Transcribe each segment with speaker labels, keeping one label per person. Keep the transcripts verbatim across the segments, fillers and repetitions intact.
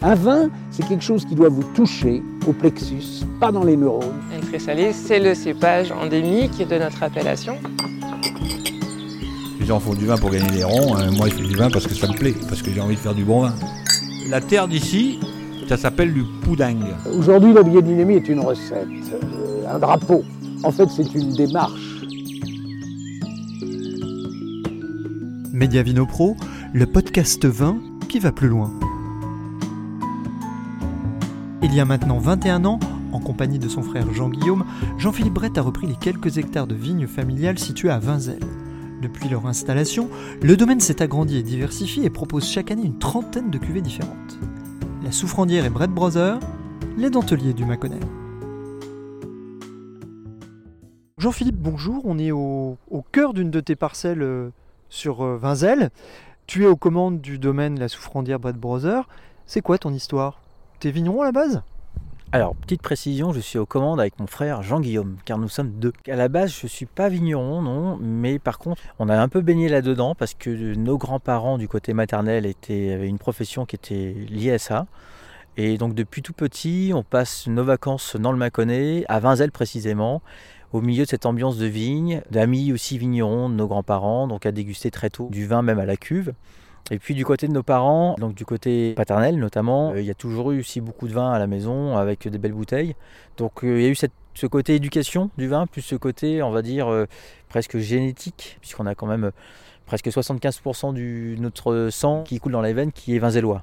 Speaker 1: Un vin, c'est quelque chose qui doit vous toucher au plexus, pas dans les neurones.
Speaker 2: Un très salé, c'est le cépage endémique de notre appellation.
Speaker 3: Les gens font du vin pour gagner des ronds, euh, moi je fais du vin parce que ça me plaît, parce que j'ai envie de faire du bon vin. La terre d'ici, ça s'appelle du poudingue.
Speaker 1: Aujourd'hui, la biodynamie est une recette, euh, un drapeau. En fait, c'est une démarche.
Speaker 4: Média Vino Pro, le podcast vin qui va plus loin. Il y a maintenant vingt et un ans, en compagnie de son frère Jean-Guillaume, Jean-Philippe Brett a repris les quelques hectares de vignes familiales situées à Vinzelles. Depuis leur installation, le domaine s'est agrandi et diversifié et propose chaque année une trentaine de cuvées différentes. La Souffrandière et Brett Brothers, les denteliers du Mâconnais. Jean-Philippe, bonjour, on est au, au cœur d'une de tes parcelles euh, sur euh, Vinzelles. Tu es aux commandes du domaine La Souffrandière Brett Brothers. C'est quoi ton histoire ? T'es vigneron à la base ?
Speaker 5: Alors, petite précision, je suis aux commandes avec mon frère Jean-Guillaume, car nous sommes deux. À la base, je ne suis pas vigneron, non, mais par contre, on a un peu baigné là-dedans parce que nos grands-parents du côté maternel étaient, avaient une profession qui était liée à ça. Et donc, depuis tout petit, on passe nos vacances dans le Mâconnais, à Vinzelles précisément, au milieu de cette ambiance de vigne, d'amis aussi vignerons de nos grands-parents, donc à déguster très tôt du vin même à la cuve. Et puis du côté de nos parents, donc du côté paternel notamment, euh, il y a toujours eu aussi beaucoup de vin à la maison avec des belles bouteilles. Donc euh, il y a eu cette, ce côté éducation du vin, plus ce côté, on va dire, euh, presque génétique, puisqu'on a quand même euh, presque soixante-quinze pour cent de notre sang qui coule dans les veines qui est vinzellois,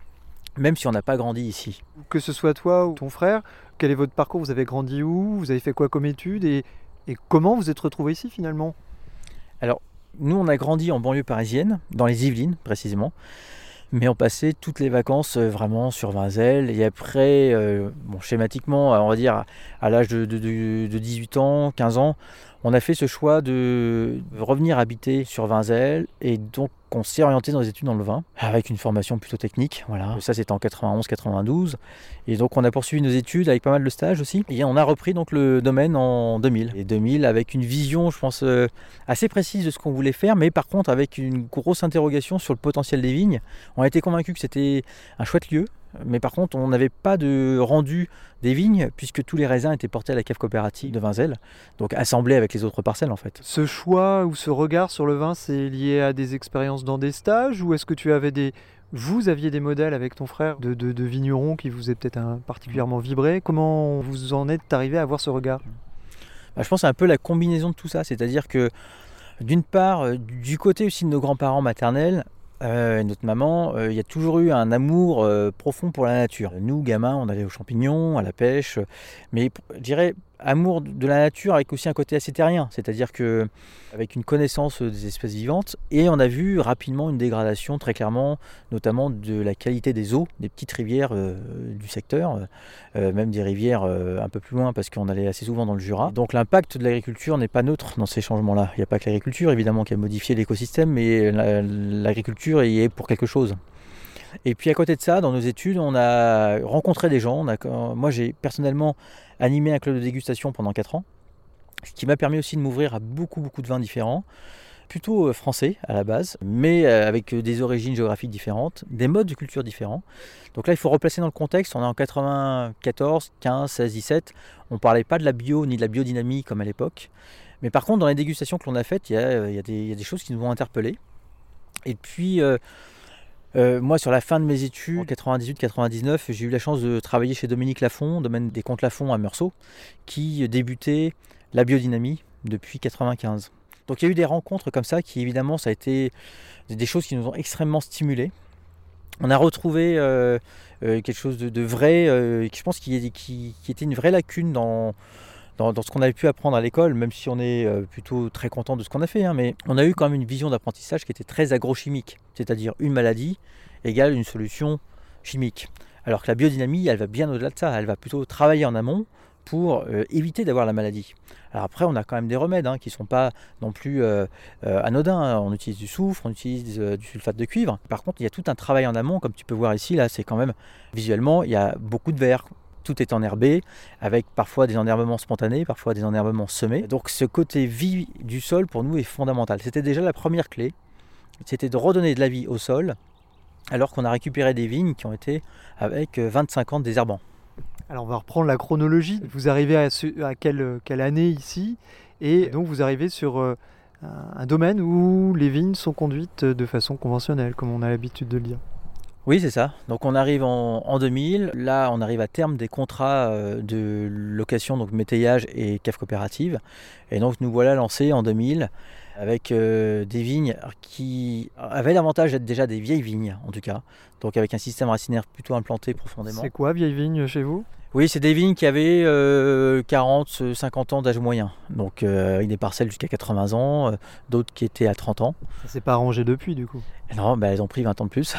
Speaker 5: même si on n'a pas grandi ici.
Speaker 4: Que ce soit toi ou ton frère, quel est votre parcours ? Vous avez grandi où ? Vous avez fait quoi comme études ? Et, et comment vous êtes retrouvés ici finalement ?
Speaker 5: Alors, nous, on a grandi en banlieue parisienne, dans les Yvelines précisément, mais on passait toutes les vacances euh, vraiment sur Vinzelles. Et après, euh, bon, schématiquement, on va dire à l'âge de, de, de, de dix-huit ans, quinze ans, on a fait ce choix de revenir habiter sur Vinzelles. Et donc, on s'est orienté dans les études dans le vin, avec une formation plutôt technique. Voilà. Ça, c'était en quatre-vingt-onze quatre-vingt-douze. Et donc, on a poursuivi nos études avec pas mal de stages aussi. Et on a repris donc le domaine en deux mille. Et deux mille avec une vision, je pense, euh, assez précise de ce qu'on voulait faire, mais par contre avec une grosse interrogation sur le potentiel des vignes. On a été convaincus que c'était un chouette lieu, mais par contre, on n'avait pas de rendu des vignes, puisque tous les raisins étaient portés à la cave coopérative de Vinzelles, donc assemblés avec les autres parcelles en fait.
Speaker 4: Ce choix ou ce regard sur le vin, c'est lié à des expériences dans des stages, ou est-ce que tu avais des... Vous aviez des modèles avec ton frère de, de, de vignerons qui vous est peut-être un, particulièrement vibré. Comment vous en êtes arrivé à avoir ce regard ?
Speaker 5: Bah, je pense que c'est un peu la combinaison de tout ça, c'est-à-dire que d'une part, du côté aussi de nos grands-parents maternels, Euh, et notre maman, euh, il y a toujours eu un amour euh, profond pour la nature. Nous, gamins, on allait aux champignons, à la pêche, mais je dirais amour de la nature avec aussi un côté assez terrien, c'est-à-dire que avec une connaissance des espèces vivantes, et on a vu rapidement une dégradation très clairement, notamment de la qualité des eaux, des petites rivières euh, du secteur, euh, même des rivières euh, un peu plus loin parce qu'on allait assez souvent dans le Jura. Donc l'impact de l'agriculture n'est pas neutre dans ces changements-là. Il n'y a pas que l'agriculture évidemment qui a modifié l'écosystème, mais la, l'agriculture y est pour quelque chose. Et puis à côté de ça, dans nos études, on a rencontré des gens. On a, moi, j'ai personnellement animé un club de dégustation pendant quatre ans, ce qui m'a permis aussi de m'ouvrir à beaucoup, beaucoup de vins différents, plutôt français à la base, mais avec des origines géographiques différentes, des modes de culture différents. Donc là, il faut replacer dans le contexte. On est en quatre-vingt-quatorze, quinze, seize, dix-sept. On ne parlait pas de la bio ni de la biodynamie comme à l'époque. Mais par contre, dans les dégustations que l'on a faites, il y a, il y a, des, il y a des choses qui nous ont interpellés. Et puis... Euh, Euh, moi, sur la fin de mes études, en quatre-vingt-dix-huit quatre-vingt-dix-neuf, j'ai eu la chance de travailler chez Dominique Lafont, domaine des Comtes Lafont à Meursault, qui débutait la biodynamie depuis quatre-vingt-quinze. Donc il y a eu des rencontres comme ça qui, évidemment, ça a été des choses qui nous ont extrêmement stimulés. On a retrouvé euh, euh, quelque chose de, de vrai, euh, qui je pense qui, qui, qui était une vraie lacune dans... Dans, dans ce qu'on avait pu apprendre à l'école, même si on est euh, plutôt très content de ce qu'on a fait, hein, mais on a eu quand même une vision d'apprentissage qui était très agrochimique, c'est-à-dire une maladie égale une solution chimique. Alors que la biodynamie, elle va bien au-delà de ça, elle va plutôt travailler en amont pour euh, éviter d'avoir la maladie. Alors après, on a quand même des remèdes hein, qui ne sont pas non plus euh, euh, anodins. Hein. On utilise du soufre, on utilise euh, du sulfate de cuivre. Par contre, il y a tout un travail en amont, comme tu peux voir ici, là, c'est quand même, visuellement, il y a beaucoup de verre. Tout est enherbé, avec parfois des enherbements spontanés, parfois des enherbements semés. Donc ce côté vie du sol, pour nous, est fondamental. C'était déjà la première clé, c'était de redonner de la vie au sol, alors qu'on a récupéré des vignes qui ont été avec vingt-cinq ans de désherbant.
Speaker 4: Alors on va reprendre la chronologie. Vous arrivez à, ce, à quelle, quelle année ici? Et donc vous arrivez sur euh, un domaine où les vignes sont conduites de façon conventionnelle, comme on a l'habitude de le dire.
Speaker 5: Oui, c'est ça. Donc on arrive en, en deux mille. Là, on arrive à terme des contrats euh, de location, donc métayage et cave coopérative. Et donc nous voilà lancés en deux mille avec euh, des vignes qui avaient l'avantage d'être déjà des vieilles vignes, en tout cas. Donc avec un système racinaire plutôt implanté profondément.
Speaker 4: C'est quoi, vieilles vignes chez vous?
Speaker 5: Oui, c'est des vignes qui avaient euh, quarante à cinquante ans d'âge moyen. Donc euh, avec des parcelles jusqu'à quatre-vingts ans, euh, d'autres qui étaient à trente ans.
Speaker 4: Ça s'est pas arrangé depuis, du coup?
Speaker 5: Non, bah, elles ont pris vingt ans de plus.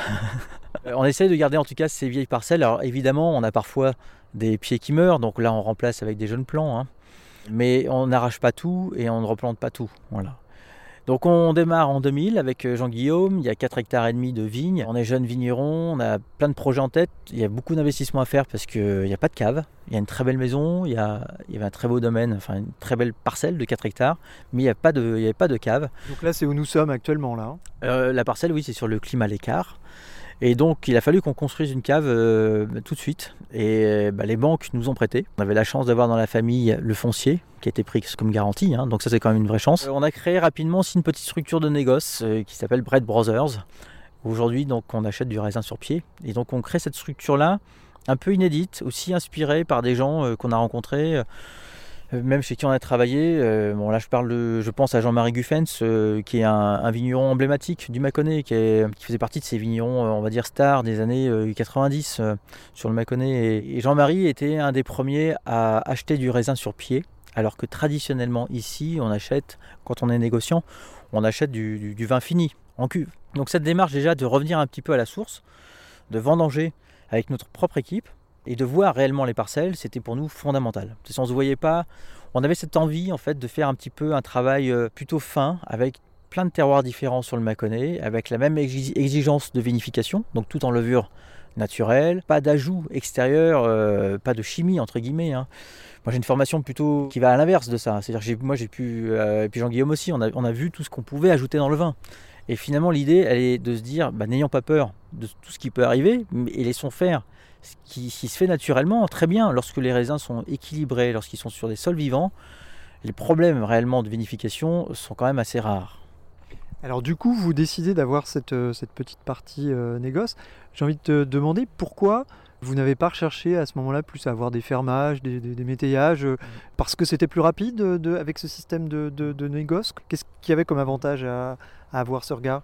Speaker 5: On essaie de garder en tout cas ces vieilles parcelles. Alors évidemment, on a parfois des pieds qui meurent, donc là on remplace avec des jeunes plants. Hein. Mais on n'arrache pas tout et on ne replante pas tout. Voilà. Donc on démarre en deux mille avec Jean-Guillaume, il y a quatre hectares et demi de vignes, on est jeunes vignerons, on a plein de projets en tête, il y a beaucoup d'investissements à faire parce qu'il n'y a pas de cave, il y a une très belle maison, il y, a, il y avait un très beau domaine, enfin une très belle parcelle de quatre hectares, mais il n'y a pas de, il n'y avait pas de cave.
Speaker 4: Donc là c'est où nous sommes actuellement là.
Speaker 5: Euh, la parcelle, oui, c'est sur le climat à l'écart. Et donc il a fallu qu'on construise une cave euh, tout de suite. Et bah, les banques nous ont prêté. On avait la chance d'avoir dans la famille le foncier qui a été pris comme garantie. Hein, donc ça c'est quand même une vraie chance. Euh, on a créé rapidement aussi une petite structure de négoce euh, qui s'appelle Bread Brothers. Aujourd'hui donc on achète du raisin sur pied. Et donc on crée cette structure-là un peu inédite, aussi inspirée par des gens euh, qu'on a rencontrés. Euh, même chez qui on a travaillé, euh, bon là je parle de, je pense à Jean-Marie Guffens, euh, qui est un, un vigneron emblématique du Mâconnais, qui, est, qui faisait partie de ces vignerons, euh, on va dire stars des années euh, quatre-vingt-dix euh, sur le Mâconnais. Et, et Jean-Marie était un des premiers à acheter du raisin sur pied, alors que traditionnellement ici, on achète, quand on est négociant, on achète du, du, du vin fini, en cuve. Donc cette démarche déjà de revenir un petit peu à la source, de vendanger avec notre propre équipe, et de voir réellement les parcelles, c'était pour nous fondamental. Si on ne se voyait pas, on avait cette envie en fait de faire un petit peu un travail plutôt fin, avec plein de terroirs différents sur le Mâconnais, avec la même exigence de vinification, donc tout en levure naturelle, pas d'ajout extérieur, euh, pas de chimie entre guillemets. Hein. Moi j'ai une formation plutôt qui va à l'inverse de ça, c'est-à-dire que j'ai, moi j'ai pu, euh, et puis Jean-Guillaume aussi, on a, on a vu tout ce qu'on pouvait ajouter dans le vin. Et finalement l'idée elle est de se dire, bah, n'ayons pas peur de tout ce qui peut arriver, et laissons faire. Ce qui, qui se fait naturellement très bien lorsque les raisins sont équilibrés, lorsqu'ils sont sur des sols vivants, les problèmes réellement de vinification sont quand même assez rares.
Speaker 4: Alors du coup, vous décidez d'avoir cette, cette petite partie euh, négoce. J'ai envie de te demander pourquoi vous n'avez pas recherché à ce moment-là plus à avoir des fermages, des, des, des métayages, euh, parce que c'était plus rapide de, de, avec ce système de, de, de négoce. Qu'est-ce qu'il y avait comme avantage à, à avoir ce regard ?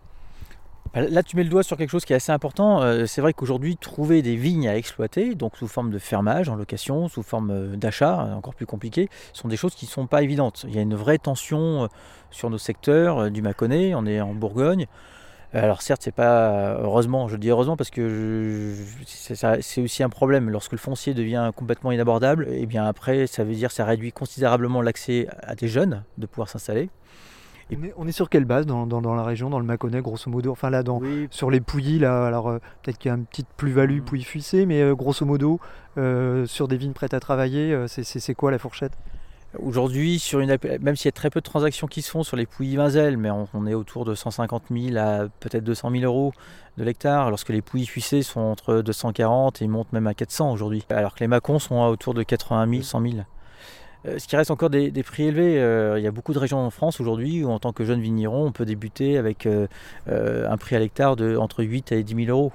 Speaker 5: Là, tu mets le doigt sur quelque chose qui est assez important. Euh, c'est vrai qu'aujourd'hui, trouver des vignes à exploiter, donc sous forme de fermage en location, sous forme d'achat, encore plus compliqué, sont des choses qui ne sont pas évidentes. Il y a une vraie tension sur nos secteurs euh, du Mâconnais, on est en Bourgogne. Alors certes, c'est pas heureusement, je dis heureusement parce que je, c'est, ça, c'est aussi un problème. Lorsque le foncier devient complètement inabordable, et bien après, ça veut dire que ça réduit considérablement l'accès à des jeunes de pouvoir s'installer.
Speaker 4: On est, on est sur quelle base dans, dans, dans la région, dans le Mâconnais, grosso modo? Enfin là, dans,
Speaker 5: oui.
Speaker 4: Sur les Pouilly, là, alors euh, peut-être qu'il y a une petite plus-value mmh. Pouilly-Fuissé, mais euh, grosso modo, euh, sur des vignes prêtes à travailler, euh, c'est, c'est, c'est quoi la fourchette?
Speaker 5: Aujourd'hui, sur une, même s'il y a très peu de transactions qui se font sur les Pouilly-Vinzel, mais on, on est autour de cent cinquante mille à peut-être deux cent mille euros de l'hectare, lorsque les Pouilly-Fuissé sont entre deux cent quarante et ils montent même à quatre cents aujourd'hui, alors que les Mâcons sont à autour de quatre-vingt mille, cent mille. Euh, ce qui reste encore des, des prix élevés, euh, il y a beaucoup de régions en France aujourd'hui où en tant que jeune vigneron, on peut débuter avec euh, euh, un prix à l'hectare de entre huit et dix mille euros.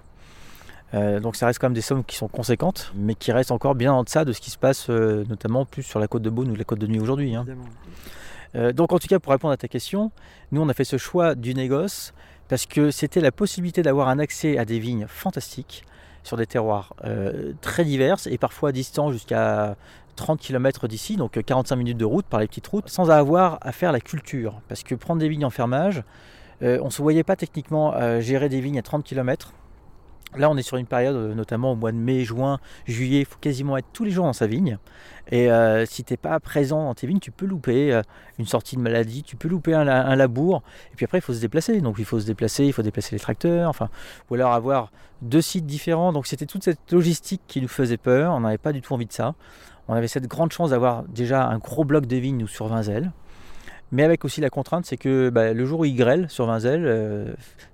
Speaker 5: Euh, donc ça reste quand même des sommes qui sont conséquentes, mais qui restent encore bien en deçà de ce qui se passe euh, notamment plus sur la côte de Beaune ou la côte de Nuit aujourd'hui. Hein. Euh, donc en tout cas, pour répondre à ta question, nous on a fait ce choix du négoce parce que c'était la possibilité d'avoir un accès à des vignes fantastiques sur des terroirs euh, très divers et parfois distants jusqu'à trente kilomètres d'ici, donc quarante-cinq minutes de route par les petites routes, sans avoir à faire la culture. Parce que prendre des vignes en fermage, euh, on ne se voyait pas techniquement euh, gérer des vignes à trente kilomètres. Là, on est sur une période, notamment au mois de mai, juin, juillet, il faut quasiment être tous les jours dans sa vigne. Et euh, si tu n'es pas présent dans tes vignes, tu peux louper euh, une sortie de maladie, tu peux louper un, un labour. Et puis après, il faut se déplacer. Donc il faut se déplacer, il faut déplacer les tracteurs, enfin, ou alors avoir deux sites différents. Donc c'était toute cette logistique qui nous faisait peur. On n'avait pas du tout envie de ça. On avait cette grande chance d'avoir déjà un gros bloc de vignes, nous, sur Vinzel. Mais avec aussi la contrainte, c'est que bah, le jour où il grêle sur Vinzel, euh,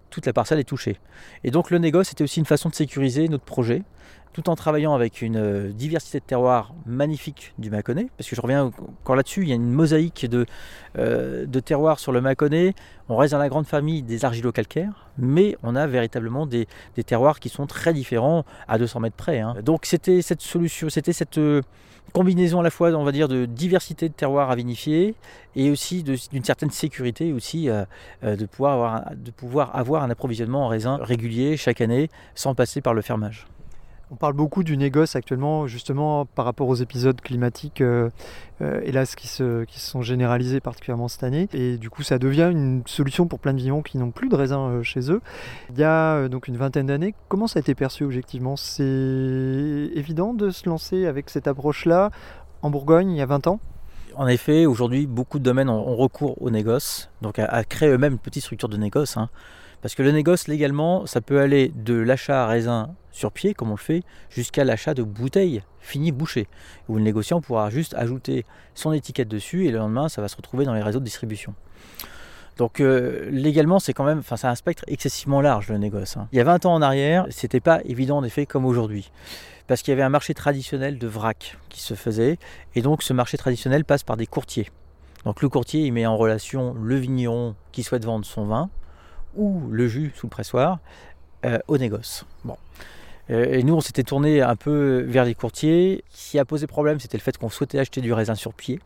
Speaker 5: toute la parcelle est touchée. Et donc le négoce, c'était aussi une façon de sécuriser notre projet, tout en travaillant avec une euh, diversité de terroirs magnifique du Mâconnais, parce que je reviens encore là-dessus, il y a une mosaïque de, euh, de terroirs sur le Mâconnais. On reste dans la grande famille des argilo-calcaires, mais on a véritablement des, des terroirs qui sont très différents à deux cents mètres près. Hein. Donc c'était cette solution, c'était cette euh, combinaison à la fois, on va dire, de diversité de terroirs à vinifier et aussi de, d'une certaine sécurité aussi euh, euh, de, pouvoir avoir un, de pouvoir avoir un approvisionnement en raisin régulier chaque année sans passer par le fermage.
Speaker 4: On parle beaucoup du négoce actuellement, justement par rapport aux épisodes climatiques, euh, euh, hélas, qui se, qui se sont généralisés particulièrement cette année. Et du coup, ça devient une solution pour plein de vignerons qui n'ont plus de raisins euh, chez eux. Il y a euh, donc une vingtaine d'années. Comment ça a été perçu objectivement ? C'est évident de se lancer avec cette approche-là en Bourgogne il y a vingt ans ?
Speaker 5: En effet, aujourd'hui, beaucoup de domaines ont, ont recours au négoce, donc à, à créer eux-mêmes une petite structure de négoce. Hein. Parce que le négoce, légalement, ça peut aller de l'achat à raisin sur pied, comme on le fait, jusqu'à l'achat de bouteilles finies bouchées, où le négociant pourra juste ajouter son étiquette dessus et le lendemain, ça va se retrouver dans les réseaux de distribution. Donc euh, légalement, c'est quand même, enfin, c'est un spectre excessivement large, le négoce. Hein. Il y a vingt ans en arrière, c'était pas évident en effet comme aujourd'hui. Parce qu'il y avait un marché traditionnel de vrac qui se faisait, et donc ce marché traditionnel passe par des courtiers. Donc le courtier, il met en relation le vigneron qui souhaite vendre son vin, ou le jus sous le pressoir, euh, au négoce. Bon. Euh, et nous, on s'était tourné un peu vers les courtiers. Ce qui a posé problème, c'était le fait qu'on souhaitait acheter du raisin sur pied.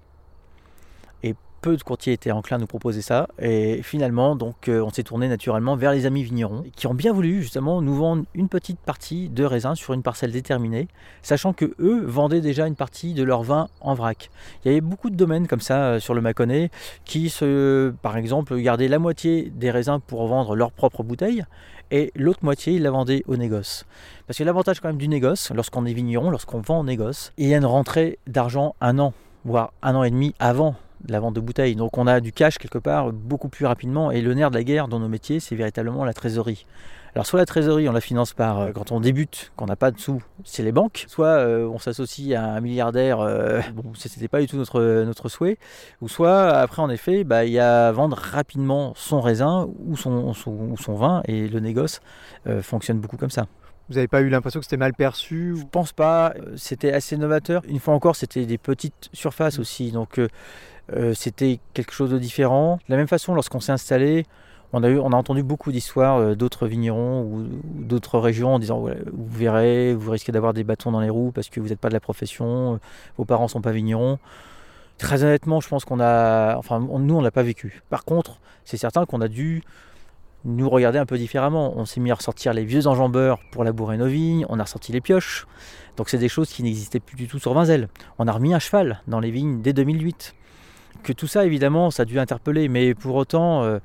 Speaker 5: Et peu de courtiers étaient enclins à nous proposer ça. Et finalement, donc, euh, on s'est tourné naturellement vers les amis vignerons, qui ont bien voulu justement nous vendre une petite partie de raisin sur une parcelle déterminée, sachant que eux vendaient déjà une partie de leur vin en vrac. Il y avait beaucoup de domaines comme ça euh, sur le Mâconnais, qui, se, par exemple, gardaient la moitié des raisins pour vendre leurs propres bouteilles, et l'autre moitié, ils la vendaient au négoce. Parce que l'avantage quand même du négoce, lorsqu'on est vigneron, lorsqu'on vend au négoce, il y a une rentrée d'argent un an, voire un an et demi avant de la vente de bouteilles. Donc on a du cash quelque part beaucoup plus rapidement, et le nerf de la guerre dans nos métiers, c'est véritablement la trésorerie. Alors soit la trésorerie, on la finance par, euh, quand on débute, qu'on n'a pas de sous, c'est les banques, soit euh, on s'associe à un milliardaire, euh, bon, c'était pas du tout notre, notre souhait, ou soit après en effet, bah, il y a vendre rapidement son raisin ou son, son, ou son vin, et le négoce euh, fonctionne beaucoup comme ça.
Speaker 4: Vous n'avez pas eu l'impression que c'était mal perçu ?
Speaker 5: Je pense pas, c'était assez novateur. Une fois encore, c'était des petites surfaces aussi, donc euh, euh, c'était quelque chose de différent. De la même façon, lorsqu'on s'est installé, on a, eu, on a entendu beaucoup d'histoires euh, d'autres vignerons ou, ou d'autres régions en disant ouais, vous verrez, vous risquez d'avoir des bâtons dans les roues parce que vous n'êtes pas de la profession, euh, vos parents ne sont pas vignerons. Très honnêtement, je pense qu'on a, enfin on, nous on l'a pas vécu. Par contre, c'est certain qu'on a dû nous regarder un peu différemment. On s'est mis à ressortir les vieux enjambeurs pour labourer nos vignes, on a ressorti les pioches. Donc c'est des choses qui n'existaient plus du tout sur Vinzelles. On a remis un cheval dans les vignes dès deux mille huit. Que tout ça, évidemment, ça a dû interpeller, mais pour autant, euh,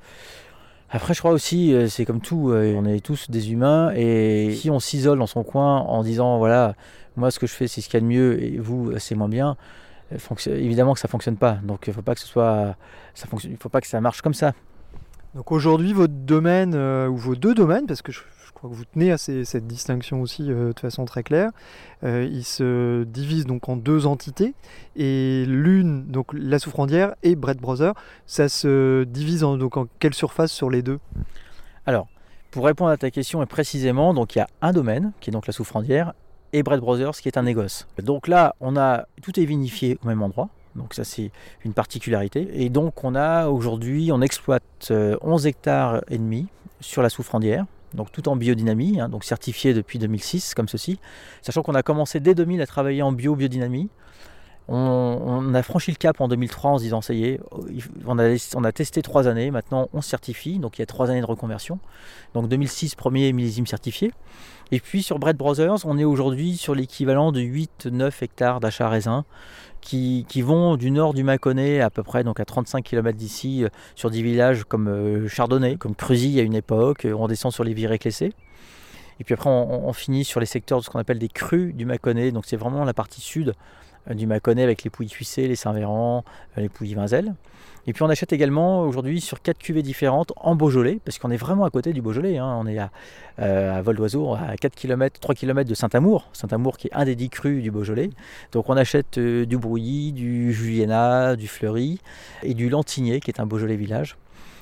Speaker 5: après je crois aussi, euh, c'est comme tout, euh, on est tous des humains, et si on s'isole dans son coin en disant, voilà, moi ce que je fais c'est ce qu'il y a de mieux, et vous c'est moins bien, euh, fonction- évidemment que ça ne fonctionne pas. Donc il ne faut pas que ce soit, ça fonctionne, il faut pas que ça marche comme ça.
Speaker 4: Donc aujourd'hui, votre domaine, euh, ou vos deux domaines, parce que je, je crois que vous tenez à ces, cette distinction aussi euh, de façon très claire, euh, ils se divisent donc en deux entités, et l'une, donc la Souffrandière et Brett Brothers, ça se divise en, donc en quelle surface sur les deux ?
Speaker 5: Alors, pour répondre à ta question et précisément, donc il y a un domaine, qui est donc la Souffrandière, et Brett Brothers, qui est un négoce. Donc là, on a, tout est vinifié au même endroit. Donc ça c'est une particularité. Et donc on a aujourd'hui, on exploite onze hectares et demi sur la Souffrandière, donc tout en biodynamie, hein, donc certifié depuis deux mille six comme ceci, sachant qu'on a commencé dès deux mille à travailler en bio-biodynamie. On, on a franchi le cap en deux mille trois en se disant ça y est, on a, on a testé trois années, maintenant on certifie, donc il y a trois années de reconversion. Donc deux mille six, premier millésime certifié. Et puis sur Brett Brothers, on est aujourd'hui sur l'équivalent de huit neuf hectares d'achat raisin qui, qui vont du nord du Mâconnais à peu près donc à trente-cinq kilomètres d'ici, euh, sur des villages comme euh, Chardonnay, comme Creusy à une époque, euh, on descend sur les Viré-Clessé. Et puis après on, on finit sur les secteurs de ce qu'on appelle des crus du Mâconnais, donc c'est vraiment la partie sud euh, du Mâconnais avec les Pouilly-Cuissé, les Saint-Véran, euh, les Pouilly-Vinzelles. Et puis on achète également aujourd'hui sur quatre cuvées différentes en Beaujolais, parce qu'on est vraiment à côté du Beaujolais, hein. On est à, euh, à vol d'oiseau, à quatre kilomètres, trois kilomètres de Saint-Amour, Saint-Amour qui est un des dix crus du Beaujolais. Donc on achète euh, du Brouilly, du Juliena, du Fleury et du Lantigné qui est un Beaujolais village.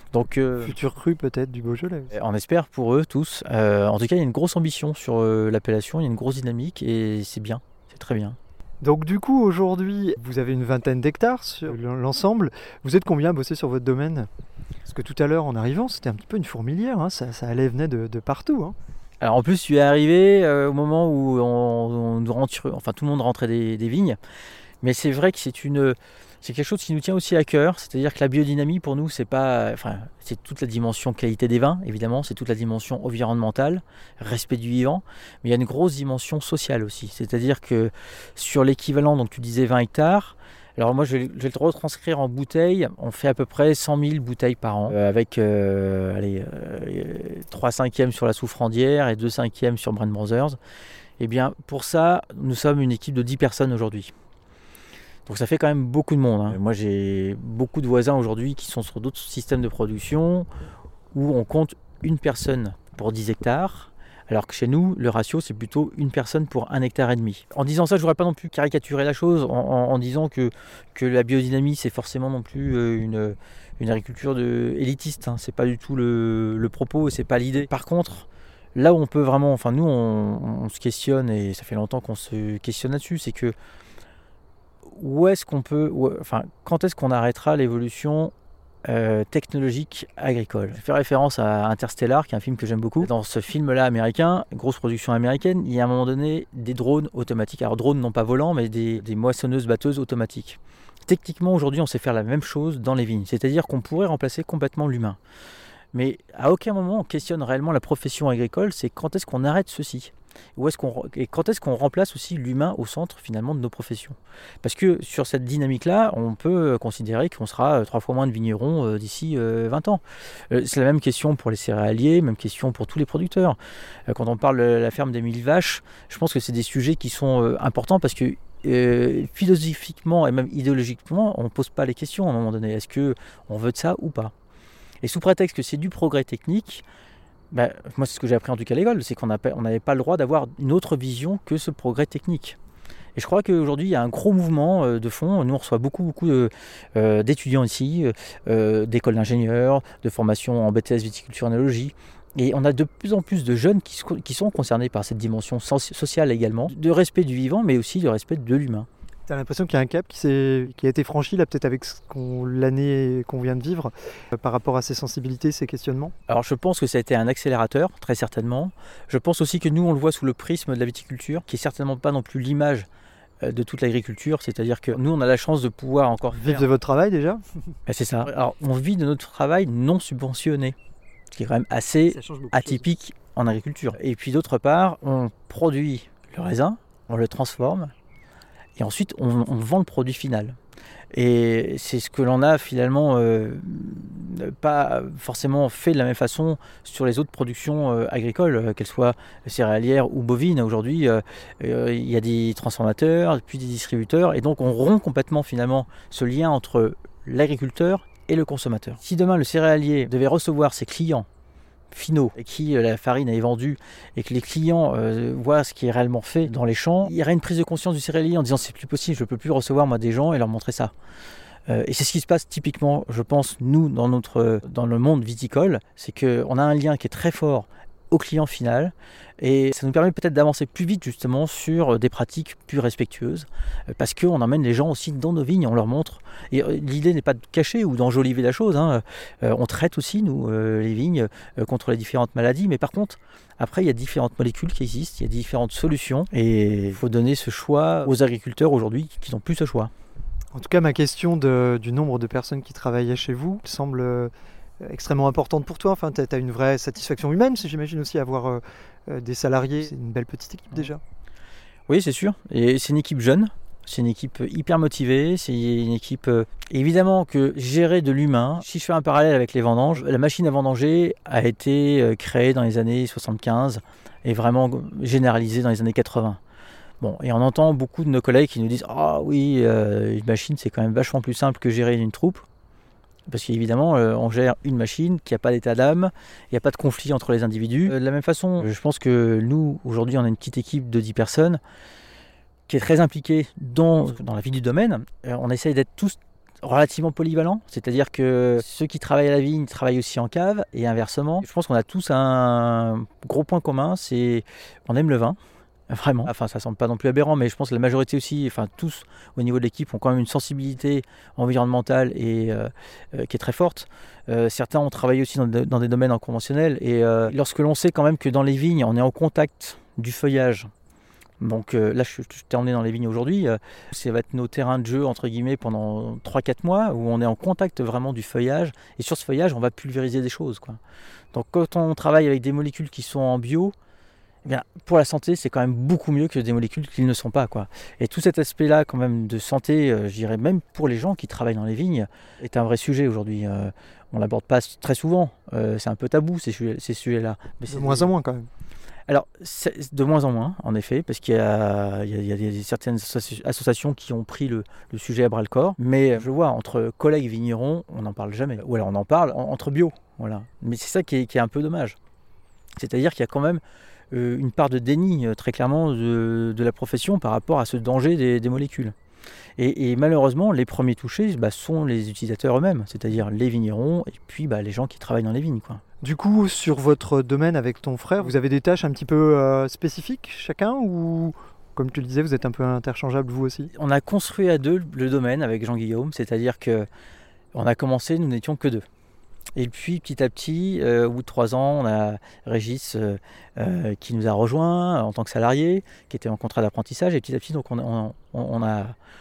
Speaker 5: Donc, euh,
Speaker 4: Futur cru peut-être du Beaujolais.
Speaker 5: on espère pour eux tous. Euh, en tout cas, il y a une grosse ambition sur euh, l'appellation, il y a une grosse dynamique et c'est bien, c'est très bien.
Speaker 4: Donc du coup, aujourd'hui, vous avez une vingtaine d'hectares sur l'ensemble. Vous êtes combien à bosser sur votre domaine? Parce que tout à l'heure, en arrivant, c'était un petit peu une fourmilière, hein, ça, ça allait et venait de, de partout. Hein.
Speaker 5: Alors en plus, je suis arrivé euh, au moment où on, on rentre, enfin tout le monde rentrait des, des vignes, mais c'est vrai que c'est une, c'est quelque chose qui nous tient aussi à cœur. C'est-à-dire que la biodynamie pour nous, c'est pas, enfin, c'est toute la dimension qualité des vins, évidemment, c'est toute la dimension environnementale, respect du vivant, mais il y a une grosse dimension sociale aussi. C'est-à-dire que sur l'équivalent, donc tu disais vingt hectares. Alors moi, je vais, je vais le retranscrire en bouteilles. On fait à peu près cent mille bouteilles par an, euh, avec euh, allez, euh, trois cinquièmes sur la Souffrandière et deux cinquièmes sur Brand Brothers. Et bien, pour ça, nous sommes une équipe de dix personnes aujourd'hui. Donc ça fait quand même beaucoup de monde. Hein. Moi, j'ai beaucoup de voisins aujourd'hui qui sont sur d'autres systèmes de production où on compte une personne pour dix hectares. Alors que chez nous, le ratio, c'est plutôt une personne pour un hectare et demi. En disant ça, je ne voudrais pas non plus caricaturer la chose en, en, en disant que, que la biodynamie, c'est forcément non plus une, une agriculture de, élitiste. Hein. Ce n'est pas du tout le, le propos, ce n'est pas l'idée. Par contre, là où on peut vraiment, enfin nous, on, on se questionne, et ça fait longtemps qu'on se questionne là-dessus, c'est que où est-ce qu'on peut, où, enfin, quand est-ce qu'on arrêtera l'évolution Euh, technologique agricole. Je fais référence à Interstellar, qui est un film que j'aime beaucoup. Dans ce film-là américain, grosse production américaine, il y a à un moment donné des drones automatiques. Alors drones non pas volants, mais des, des moissonneuses-batteuses automatiques. Techniquement, aujourd'hui, on sait faire la même chose dans les vignes. C'est-à-dire qu'on pourrait remplacer complètement l'humain. Mais à aucun moment on questionne réellement la profession agricole, c'est quand est-ce qu'on arrête ceci ? Où est-ce qu'on, et quand est-ce qu'on remplace aussi l'humain au centre finalement de nos professions ? Parce que sur cette dynamique-là, on peut considérer qu'on sera trois fois moins de vignerons d'ici vingt ans. C'est la même question pour les céréaliers, même question pour tous les producteurs. Quand on parle de la ferme des mille vaches, je pense que c'est des sujets qui sont importants parce que euh, philosophiquement et même idéologiquement, on ne pose pas les questions à un moment donné. Est-ce qu'on veut de ça ou pas ? Et sous prétexte que c'est du progrès technique, ben, moi c'est ce que j'ai appris en tout cas à l'école, c'est qu'on n'avait pas le droit d'avoir une autre vision que ce progrès technique. Et je crois qu'aujourd'hui il y a un gros mouvement de fond. Nous on reçoit beaucoup, beaucoup de, euh, d'étudiants ici, euh, d'écoles d'ingénieurs, de formation en B T S viticulture œnologie. Et on a de plus en plus de jeunes qui, qui sont concernés par cette dimension sociale également, de respect du vivant mais aussi de respect de l'humain.
Speaker 4: Tu as l'impression qu'il y a un cap qui, s'est, qui a été franchi, là, peut-être avec ce qu'on, l'année qu'on vient de vivre, euh, par rapport à ces sensibilités, ces questionnements ?
Speaker 5: Alors je pense que ça a été un accélérateur, très certainement. Je pense aussi que nous, on le voit sous le prisme de la viticulture, qui n'est certainement pas non plus l'image de toute l'agriculture. C'est-à-dire que nous, on a la chance de pouvoir encore
Speaker 4: vivre
Speaker 5: faire...
Speaker 4: de votre travail déjà ?
Speaker 5: Ben, c'est ça. Alors on vit de notre travail non subventionné, ce qui est quand même assez atypique en agriculture. Et puis d'autre part, on produit le raisin, on le transforme, et ensuite, on, on vend le produit final. Et c'est ce que l'on a finalement euh, pas forcément fait de la même façon sur les autres productions euh, agricoles, qu'elles soient céréalières ou bovines. Aujourd'hui, euh, euh, il y a des transformateurs, puis des distributeurs, et donc on rompt complètement finalement ce lien entre l'agriculteur et le consommateur. Si demain le céréalier devait recevoir ses clients finaux et qui euh, la farine est vendue et que les clients euh, voient ce qui est réellement fait dans les champs, il y aurait une prise de conscience du céréalier en disant c'est plus possible, je ne peux plus recevoir moi des gens et leur montrer ça. Euh, et c'est ce qui se passe typiquement, je pense, nous dans, notre, dans le monde viticole, c'est qu'on a un lien qui est très fort au client final et ça nous permet peut-être d'avancer plus vite justement sur des pratiques plus respectueuses parce qu'on emmène les gens aussi dans nos vignes, on leur montre, et l'idée n'est pas de cacher ou d'enjoliver la chose, hein. Euh, on traite aussi nous euh, les vignes euh, contre les différentes maladies, mais par contre après il y a différentes molécules qui existent, il y a différentes solutions et il faut donner ce choix aux agriculteurs aujourd'hui qui n'ont plus ce choix.
Speaker 4: En tout cas ma question de, du nombre de personnes qui travaillaient chez vous semble euh, extrêmement importante pour toi. Enfin, tu as une vraie satisfaction humaine, j'imagine aussi, avoir euh, des salariés. C'est une belle petite équipe déjà.
Speaker 5: Oui, c'est sûr. Et c'est une équipe jeune, c'est une équipe hyper motivée, c'est une équipe... Euh, évidemment que gérer de l'humain, si je fais un parallèle avec les vendanges, la machine à vendanger a été euh, créée dans les années soixante-quinze et vraiment généralisée dans les années quatre-vingts. Bon, et on entend beaucoup de nos collègues qui nous disent « Ah oui, euh, une machine, c'est quand même vachement plus simple que gérer une troupe ». Parce qu'évidemment, euh, on gère une machine qui n'a pas d'état d'âme, il n'y a pas de conflit entre les individus. Euh, de la même façon, je pense que nous, aujourd'hui, on a une petite équipe de dix personnes qui est très impliquée dans, dans la vie du domaine. Euh, on essaye d'être tous relativement polyvalent, c'est-à-dire que ceux qui travaillent à la vigne travaillent aussi en cave et inversement. Je pense qu'on a tous un gros point commun, c'est on aime le vin. Vraiment. Enfin, ça semble pas non plus aberrant, mais je pense que la majorité aussi, enfin tous au niveau de l'équipe, ont quand même une sensibilité environnementale et euh, euh, qui est très forte. Euh, certains ont travaillé aussi dans, de, dans des domaines en conventionnel. Et euh, lorsque l'on sait quand même que dans les vignes, on est en contact du feuillage. Donc euh, là, je, je t'ai emmené dans les vignes aujourd'hui. Euh, ça va être nos terrains de jeu, entre guillemets, pendant trois quatre mois, où on est en contact vraiment du feuillage. Et sur ce feuillage, on va pulvériser des choses, quoi. Donc quand on travaille avec des molécules qui sont en bio, eh bien, pour la santé, c'est quand même beaucoup mieux que des molécules qui ne sont pas, quoi. Et tout cet aspect-là, quand même, de santé, euh, je dirais même pour les gens qui travaillent dans les vignes, est un vrai sujet aujourd'hui. Euh, on ne l'aborde pas très souvent. Euh, c'est un peu tabou, ces, sujets, ces sujets-là.
Speaker 4: Mais de moins en moins, quand même.
Speaker 5: Alors, c'est de moins en moins, en effet, parce qu'il y a, il y a, il y a des, certaines associations qui ont pris le, le sujet à bras-le-corps. Mais je vois, entre collègues vignerons, on n'en parle jamais. Ou alors on en parle entre bio. Voilà. Mais c'est ça qui est, qui est un peu dommage. C'est-à-dire qu'il y a quand même une part de déni très clairement de, de la profession par rapport à ce danger des, des molécules. Et, et malheureusement, les premiers touchés bah, sont les utilisateurs eux-mêmes, c'est-à-dire les vignerons et puis bah, les gens qui travaillent dans les vignes, quoi.
Speaker 4: Du coup, sur votre domaine avec ton frère, vous avez des tâches un petit peu euh, spécifiques chacun ou, comme tu le disais, vous êtes un peu interchangeables vous aussi?
Speaker 5: On a construit à deux le domaine avec Jean-Guillaume, c'est-à-dire qu'on a commencé, nous n'étions que deux. Et puis petit à petit, euh, au bout de trois ans, on a Régis euh, euh, qui nous a rejoints en tant que salarié, qui était en contrat d'apprentissage. Et petit à petit, donc on, on, on, a,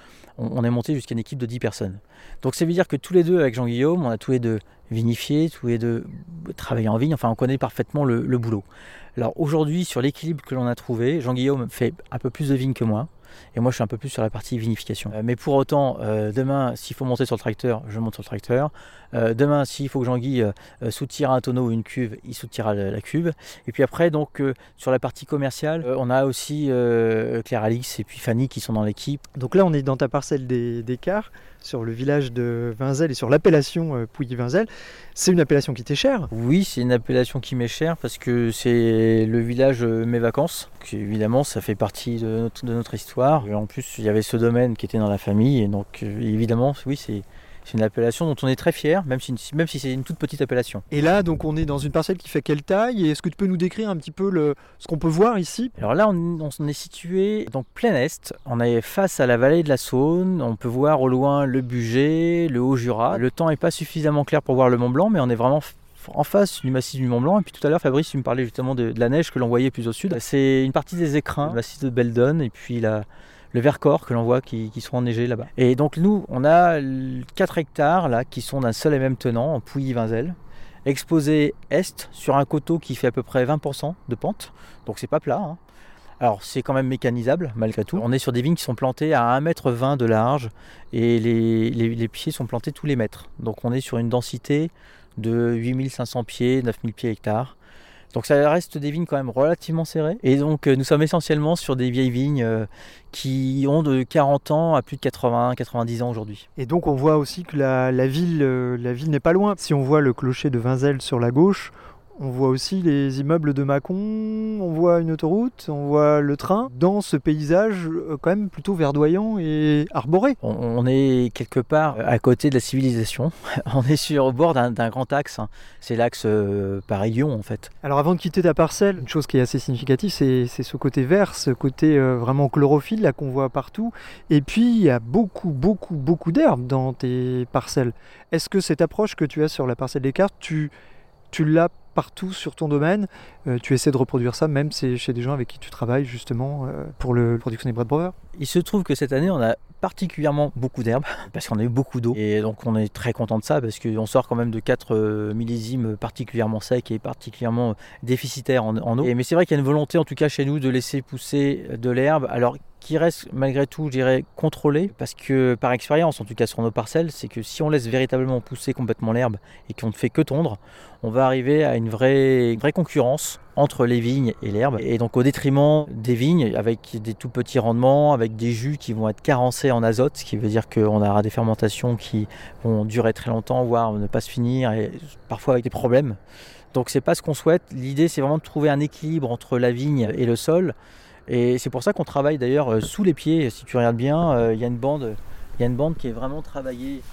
Speaker 5: on est monté jusqu'à une équipe de dix personnes. Donc ça veut dire que tous les deux, avec Jean-Guillaume, on a tous les deux vinifié, tous les deux travaillé en vigne. Enfin, on connaît parfaitement le, le boulot. Alors aujourd'hui, sur l'équilibre que l'on a trouvé, Jean-Guillaume fait un peu plus de vigne que moi. Et moi, je suis un peu plus sur la partie vinification. Euh, mais pour autant, euh, demain, s'il faut monter sur le tracteur, je monte sur le tracteur. Euh, demain, s'il faut que Jean-Guy euh, soutire un tonneau ou une cuve, il soutira la, la cuve. Et puis après, donc, euh, sur la partie commerciale, euh, on a aussi euh, Claire Alix et puis Fanny qui sont dans l'équipe.
Speaker 4: Donc là, on est dans ta parcelle des, des Carres, sur le village de Vinzelles et sur l'appellation euh, Pouilly-Vinzelles. C'est une appellation qui t'est chère?
Speaker 5: Oui, c'est une appellation qui m'est chère parce que c'est le village euh, Mes Vacances. Évidemment, ça fait partie de notre, de notre histoire. Et en plus, il y avait ce domaine qui était dans la famille. Et donc, euh, évidemment, oui, c'est, c'est une appellation dont on est très fier, même si, même si c'est une toute petite appellation.
Speaker 4: Et là, donc, on est dans une parcelle qui fait quelle taille? Et est-ce que tu peux nous décrire un petit peu le, ce qu'on peut voir ici?
Speaker 5: Alors là, on, on est situé dans plein est. On est face à la vallée de la Saône. On peut voir au loin le Bugey, le Haut-Jura. Le temps n'est pas suffisamment clair pour voir le Mont Blanc, mais on est vraiment en face du massif du Mont Blanc. Et puis tout à l'heure, Fabrice, tu me parlais justement de, de la neige que l'on voyait plus au sud. C'est une partie des écrins, le massif de Beldon et puis la, le Vercors que l'on voit qui, qui sont enneigés là-bas. Et donc nous, on a quatre hectares là qui sont d'un seul et même tenant, en Pouilly-Vinzelles, exposés est sur un coteau qui fait à peu près vingt pour cent de pente. Donc c'est pas plat, hein. Alors c'est quand même mécanisable malgré tout. On est sur des vignes qui sont plantées à un mètre vingt de large et les, les, les pieds sont plantés tous les mètres. Donc on est sur une densité de huit mille cinq cents pieds, neuf mille pieds hectares. Donc ça reste des vignes quand même relativement serrées. Et donc nous sommes essentiellement sur des vieilles vignes euh, qui ont de quarante ans à plus de quatre-vingts à quatre-vingt-dix ans aujourd'hui.
Speaker 4: Et donc on voit aussi que la, la ville, euh, la ville n'est pas loin. Si on voit le clocher de Vinzelles sur la gauche, on voit aussi les immeubles de Mâcon, on voit une autoroute, on voit le train, dans ce paysage quand même plutôt verdoyant et arboré.
Speaker 5: On, on est quelque part à côté de la civilisation, on est sur au bord d'un, d'un grand axe, hein. C'est l'axe euh, Paris-Lyon en fait.
Speaker 4: Alors avant de quitter ta parcelle, une chose qui est assez significative, c'est, c'est ce côté vert, ce côté euh, vraiment chlorophylle là qu'on voit partout. Et puis il y a beaucoup, beaucoup, beaucoup d'herbes dans tes parcelles. Est-ce que cette approche que tu as sur la parcelle des Carres, tu, tu l'as partout sur ton domaine, euh, tu essaies de reproduire ça même c'est chez des gens avec qui tu travailles justement euh, pour la production des Brett Brewer?
Speaker 5: Il se trouve que cette année on a particulièrement beaucoup d'herbes parce qu'on a eu beaucoup d'eau et donc on est très content de ça parce qu'on sort quand même de quatre euh, millésimes particulièrement secs et particulièrement déficitaires en, en eau. Et, mais c'est vrai qu'il y a une volonté en tout cas chez nous de laisser pousser de l'herbe, alors qui reste malgré tout, je dirais, contrôlé, parce que par expérience, en tout cas sur nos parcelles, c'est que si on laisse véritablement pousser complètement l'herbe et qu'on ne fait que tondre, on va arriver à une vraie, une vraie concurrence entre les vignes et l'herbe, et donc au détriment des vignes, avec des tout petits rendements, avec des jus qui vont être carencés en azote, ce qui veut dire qu'on aura des fermentations qui vont durer très longtemps, voire ne pas se finir, et parfois avec des problèmes. Donc c'est pas ce qu'on souhaite. L'idée, c'est vraiment de trouver un équilibre entre la vigne et le sol. Et c'est pour ça qu'on travaille d'ailleurs sous les pieds. Si tu regardes bien, il y a une bande, il y a une bande qui est vraiment travaillée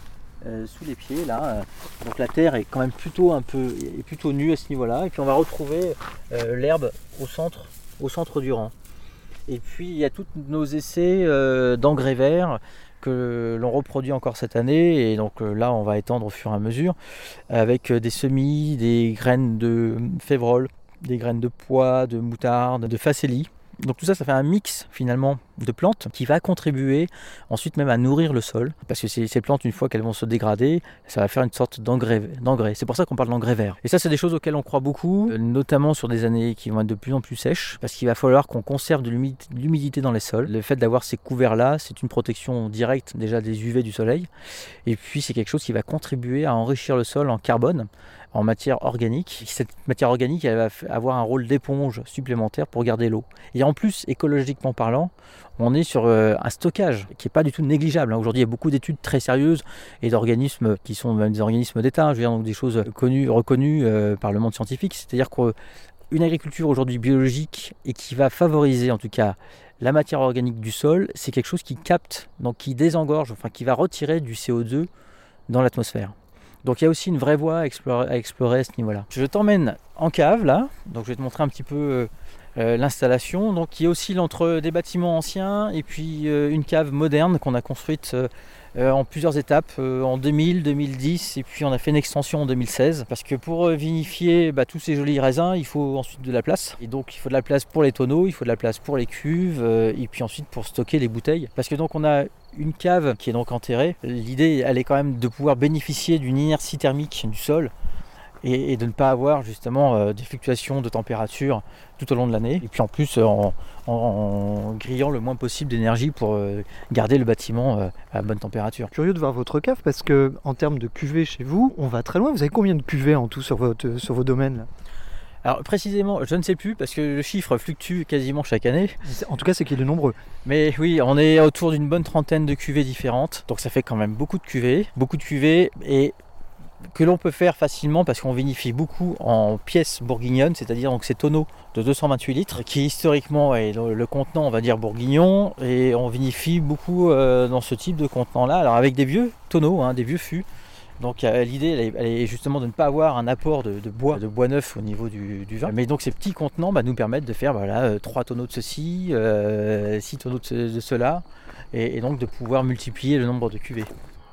Speaker 5: euh, sous les pieds là. Donc la terre est quand même plutôt un peu est plutôt nue à ce niveau-là. Et puis on va retrouver euh, l'herbe au centre, au centre du rang. Et puis il y a tous nos essais euh, d'engrais verts que l'on reproduit encore cette année, et donc euh, là on va étendre au fur et à mesure avec euh, des semis, des graines de févrole, des graines de pois, de moutarde, de facélie. Donc tout ça, ça fait un mix finalement de plantes qui va contribuer ensuite même à nourrir le sol, parce que ces, ces plantes, une fois qu'elles vont se dégrader, ça va faire une sorte d'engrais. d'engrais. C'est pour ça qu'on parle d'engrais vert. Et ça, c'est des choses auxquelles on croit beaucoup, notamment sur des années qui vont être de plus en plus sèches, parce qu'il va falloir qu'on conserve de l'humidité, de l'humidité dans les sols. Le fait d'avoir ces couverts-là, c'est une protection directe déjà des U V du soleil, et puis c'est quelque chose qui va contribuer à enrichir le sol en carbone, en matière organique. Cette matière organique, elle va avoir un rôle d'éponge supplémentaire pour garder l'eau. Et en plus, écologiquement parlant, on est sur euh, un stockage qui n'est pas du tout négligeable. Aujourd'hui, il y a beaucoup d'études très sérieuses et d'organismes qui sont même des organismes d'État, je veux dire, donc des choses connues, reconnues euh, par le monde scientifique. C'est-à-dire qu'une agriculture aujourd'hui biologique et qui va favoriser en tout cas la matière organique du sol, c'est quelque chose qui capte, donc qui désengorge, enfin qui va retirer du C O deux dans l'atmosphère. Donc il y a aussi une vraie voie à explorer, à explorer à ce niveau-là. Je t'emmène en cave là, donc je vais te montrer un petit peu euh, l'installation, donc qui oscille entre des bâtiments anciens et puis euh, une cave moderne qu'on a construite euh, euh, en plusieurs étapes, euh, en deux mille, deux mille dix, et puis on a fait une extension en deux mille seize, parce que pour vinifier bah, tous ces jolis raisins, il faut ensuite de la place, et donc il faut de la place pour les tonneaux, il faut de la place pour les cuves, euh, et puis ensuite pour stocker les bouteilles, parce que donc on a une cave qui est donc enterrée. L'idée, elle est quand même de pouvoir bénéficier d'une inertie thermique du sol et, et de ne pas avoir justement euh, des fluctuations de température tout au long de l'année. Et puis en plus, en, en, en grillant le moins possible d'énergie pour euh, garder le bâtiment euh, à bonne température.
Speaker 4: Curieux de voir votre cave parce que en termes de cuvées chez vous, on va très loin. Vous avez combien de cuvées en tout sur, votre, sur vos domaines là ?
Speaker 5: Alors précisément, je ne sais plus parce que le chiffre fluctue quasiment chaque année.
Speaker 4: En tout cas, c'est qu'il est nombreux.
Speaker 5: Mais oui, on est autour d'une bonne trentaine de cuvées différentes. Donc ça fait quand même beaucoup de cuvées. Beaucoup de cuvées et que l'on peut faire facilement parce qu'on vinifie beaucoup en pièces bourguignonnes, c'est-à-dire donc ces tonneaux de deux cent vingt-huit litres qui historiquement est le contenant, on va dire, bourguignon. Et on vinifie beaucoup euh, dans ce type de contenant-là. Alors avec des vieux tonneaux, hein, des vieux fûts. Donc euh, l'idée elle est, elle est justement de ne pas avoir un apport de, de bois, de bois neuf au niveau du, du vin. Mais donc ces petits contenants bah, nous permettent de faire voilà, trois tonneaux de ceci, euh, six tonneaux de, ce, de cela, et, et donc de pouvoir multiplier le nombre de cuvées.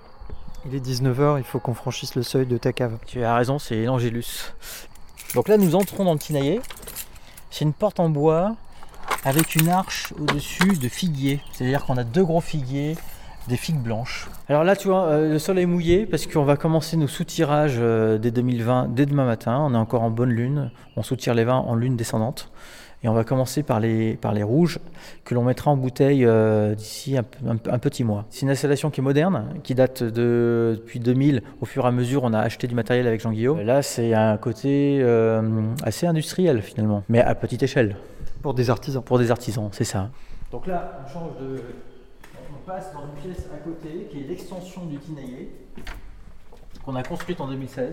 Speaker 4: Il est dix-neuf heures, il faut qu'on franchisse le seuil de ta cave.
Speaker 5: Tu as raison, c'est l'Angélus. Donc là nous entrons dans le tinailler. C'est une porte en bois avec une arche au-dessus de figuiers. C'est-à-dire qu'on a deux gros figuiers, des figues blanches. Alors là tu vois, euh, le sol est mouillé parce qu'on va commencer nos soutirages euh, dès deux mille vingt, dès demain matin. On est encore en bonne lune, on soutire les vins en lune descendante. Et on va commencer par les, par les rouges que l'on mettra en bouteille euh, d'ici un, un, un petit mois. C'est une installation qui est moderne, qui date de, depuis deux mille. Au fur et à mesure, on a acheté du matériel avec Jean-Guillaume. Là, c'est un côté euh, assez industriel finalement, mais à petite échelle.
Speaker 4: Pour des artisans.
Speaker 5: Pour des artisans, c'est ça. Donc là, on change de... On passe dans une pièce à côté qui est l'extension du tinailler qu'on a construite en deux mille seize.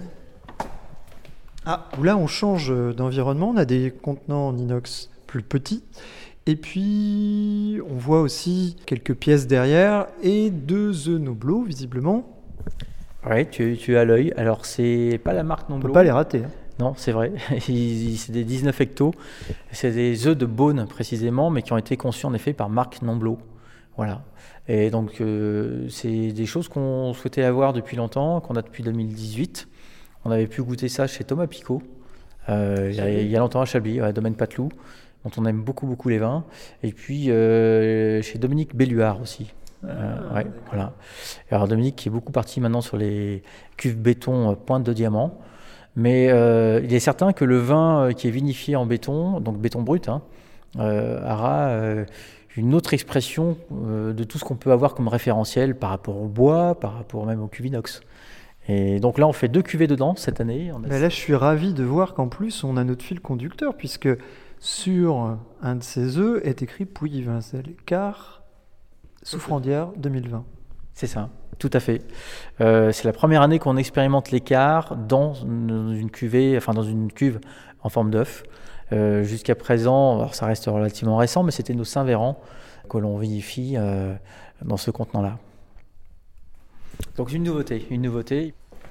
Speaker 4: Ah, là on change d'environnement, on a des contenants en inox plus petits et puis on voit aussi quelques pièces derrière et deux œufs Noblo visiblement.
Speaker 5: Oui, tu, tu as l'œil. Alors c'est pas la marque Noblo.
Speaker 4: On peut pas les rater. Hein.
Speaker 5: Non, c'est vrai. C'est des dix-neuf hectos. C'est des œufs de Beaune précisément, mais qui ont été conçus en effet par Marc Noblo. Voilà. Et donc euh, c'est des choses qu'on souhaitait avoir depuis longtemps, qu'on a depuis deux mille dix-huit. On avait pu goûter ça chez Thomas Picot, euh, il, y a, il y a longtemps à Chablis, à Domaine Patelou, dont on aime beaucoup beaucoup les vins. Et puis euh, chez Dominique Belluard aussi. Euh, ah, ouais, voilà. Alors Dominique qui est beaucoup parti maintenant sur les cuves béton euh, pointe de diamant. Mais euh, il est certain que le vin euh, qui est vinifié en béton, donc béton brut, hein, euh, aura euh, une autre expression euh, de tout ce qu'on peut avoir comme référentiel par rapport au bois, par rapport même au cuve inox. Et donc là, on fait deux cuvées dedans cette année. On a...
Speaker 4: Là, je suis ravi de voir qu'en plus, on a notre fil conducteur, puisque sur un de ces œufs est écrit Pouilly-Vincel, car Souffrandière deux mille vingt.
Speaker 5: C'est ça, tout à fait. Euh, c'est la première année qu'on expérimente l'écart dans une cuvée, enfin dans une cuve en forme d'œuf. Euh, jusqu'à présent, alors ça reste relativement récent, mais c'était nos Saint-Véran que l'on vinifie euh, dans ce contenant-là. Donc une nouveauté, une nouveauté.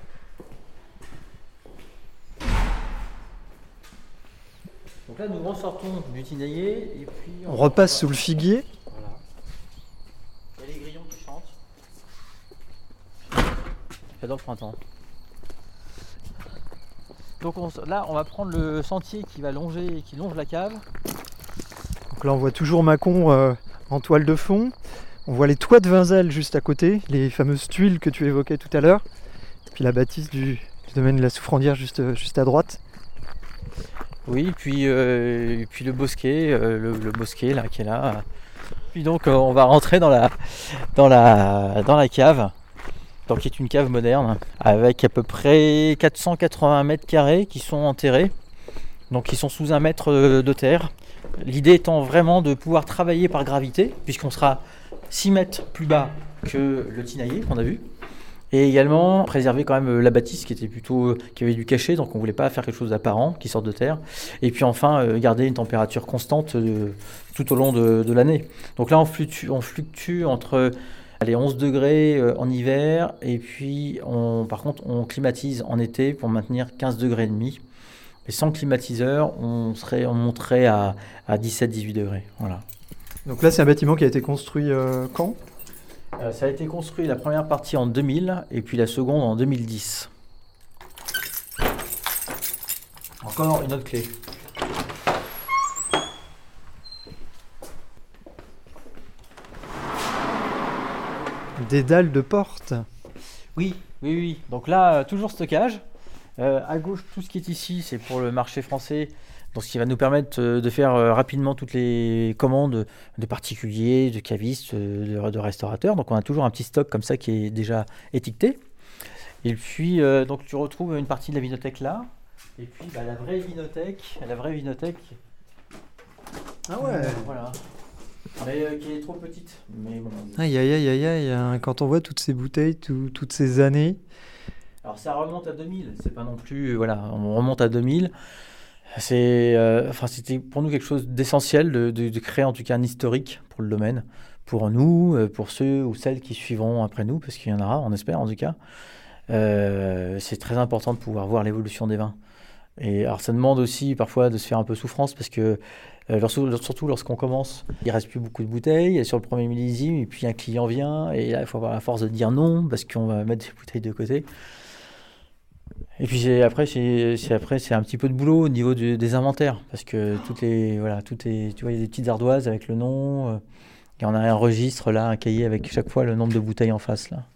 Speaker 5: Donc là, nous ressortons du tinailler et puis
Speaker 4: On repasse sous le figuier.
Speaker 5: Voilà. Il y a les grillons qui chantent. J'adore le printemps. Donc on, là, on va prendre le sentier qui va longer, qui longe la cave.
Speaker 4: Donc là, on voit toujours Mâcon euh, en toile de fond. On voit les toits de Vinzelles juste à côté, les fameuses tuiles que tu évoquais tout à l'heure. Puis la bâtisse du, du domaine de la Souffrandière juste, juste à droite.
Speaker 5: Oui, puis, euh, et puis le bosquet, euh, le, le bosquet là qui est là. Puis donc euh, on va rentrer dans la, dans la, dans la cave, donc qui est une cave moderne avec à peu près quatre cent quatre-vingts mètres carrés qui sont enterrés, donc qui sont sous un mètre de terre. L'idée étant vraiment de pouvoir travailler par gravité, puisqu'on sera six mètres plus bas que le tinailler qu'on a vu. Et également préserver quand même la bâtisse qui était plutôt, qui avait du cachet, donc on voulait pas faire quelque chose d'apparent qui sorte de terre. Et puis enfin euh, garder une température constante euh, tout au long de, de l'année. Donc là on fluctue, on fluctue entre allez, onze degrés euh, en hiver et puis on, par contre on climatise en été pour maintenir quinze degrés et demi. Et sans climatiseur on serait, on monterait à, à dix-sept à dix-huit degrés. Voilà.
Speaker 4: Donc là c'est un bâtiment qui a été construit euh, quand ?
Speaker 5: Euh, ça a été construit la première partie en deux mille et puis la seconde en deux mille dix. Encore une autre clé.
Speaker 4: Des dalles de porte.
Speaker 5: Oui, oui, oui. Donc là, euh, toujours stockage. Euh, à gauche, tout ce qui est ici, c'est pour le marché français. Donc, ce qui va nous permettre euh, de faire euh, rapidement toutes les commandes de particuliers, de cavistes, euh, de, de restaurateurs. Donc, on a toujours un petit stock comme ça qui est déjà étiqueté. Et puis, euh, donc, tu retrouves une partie de la vinothèque là. Et puis, bah, la vraie vinothèque, la vraie vinothèque.
Speaker 4: Ah ouais.
Speaker 5: Euh, voilà. Mais euh, qui est trop petite. Mais bon.
Speaker 4: Aïe aïe aïe aïe aïe, hein, quand on voit toutes ces bouteilles, tout- toutes ces années.
Speaker 5: Alors ça remonte à deux mille, c'est pas non plus, euh, voilà, on remonte à deux mille. C'est, euh, enfin, c'était pour nous quelque chose d'essentiel de, de- de créer en tout cas un historique pour le domaine, pour nous, euh, pour ceux ou celles qui suivront après nous, parce qu'il y en aura, on espère en tout cas. Euh, c'est très important de pouvoir voir l'évolution des vins. Et alors ça demande aussi parfois de se faire un peu souffrance parce que euh, lors- surtout lorsqu'on commence, il reste plus beaucoup de bouteilles sur le premier millésime et puis un client vient et là il faut avoir la force de dire non parce qu'on va mettre des bouteilles de côté. Et puis c'est, après, c'est, c'est, après, c'est un petit peu de boulot au niveau du- des inventaires, parce que toutes les, voilà, tout est, tu vois, il y a des petites ardoises avec le nom, euh, et on a un registre là, un cahier avec chaque fois le nombre de bouteilles en face là.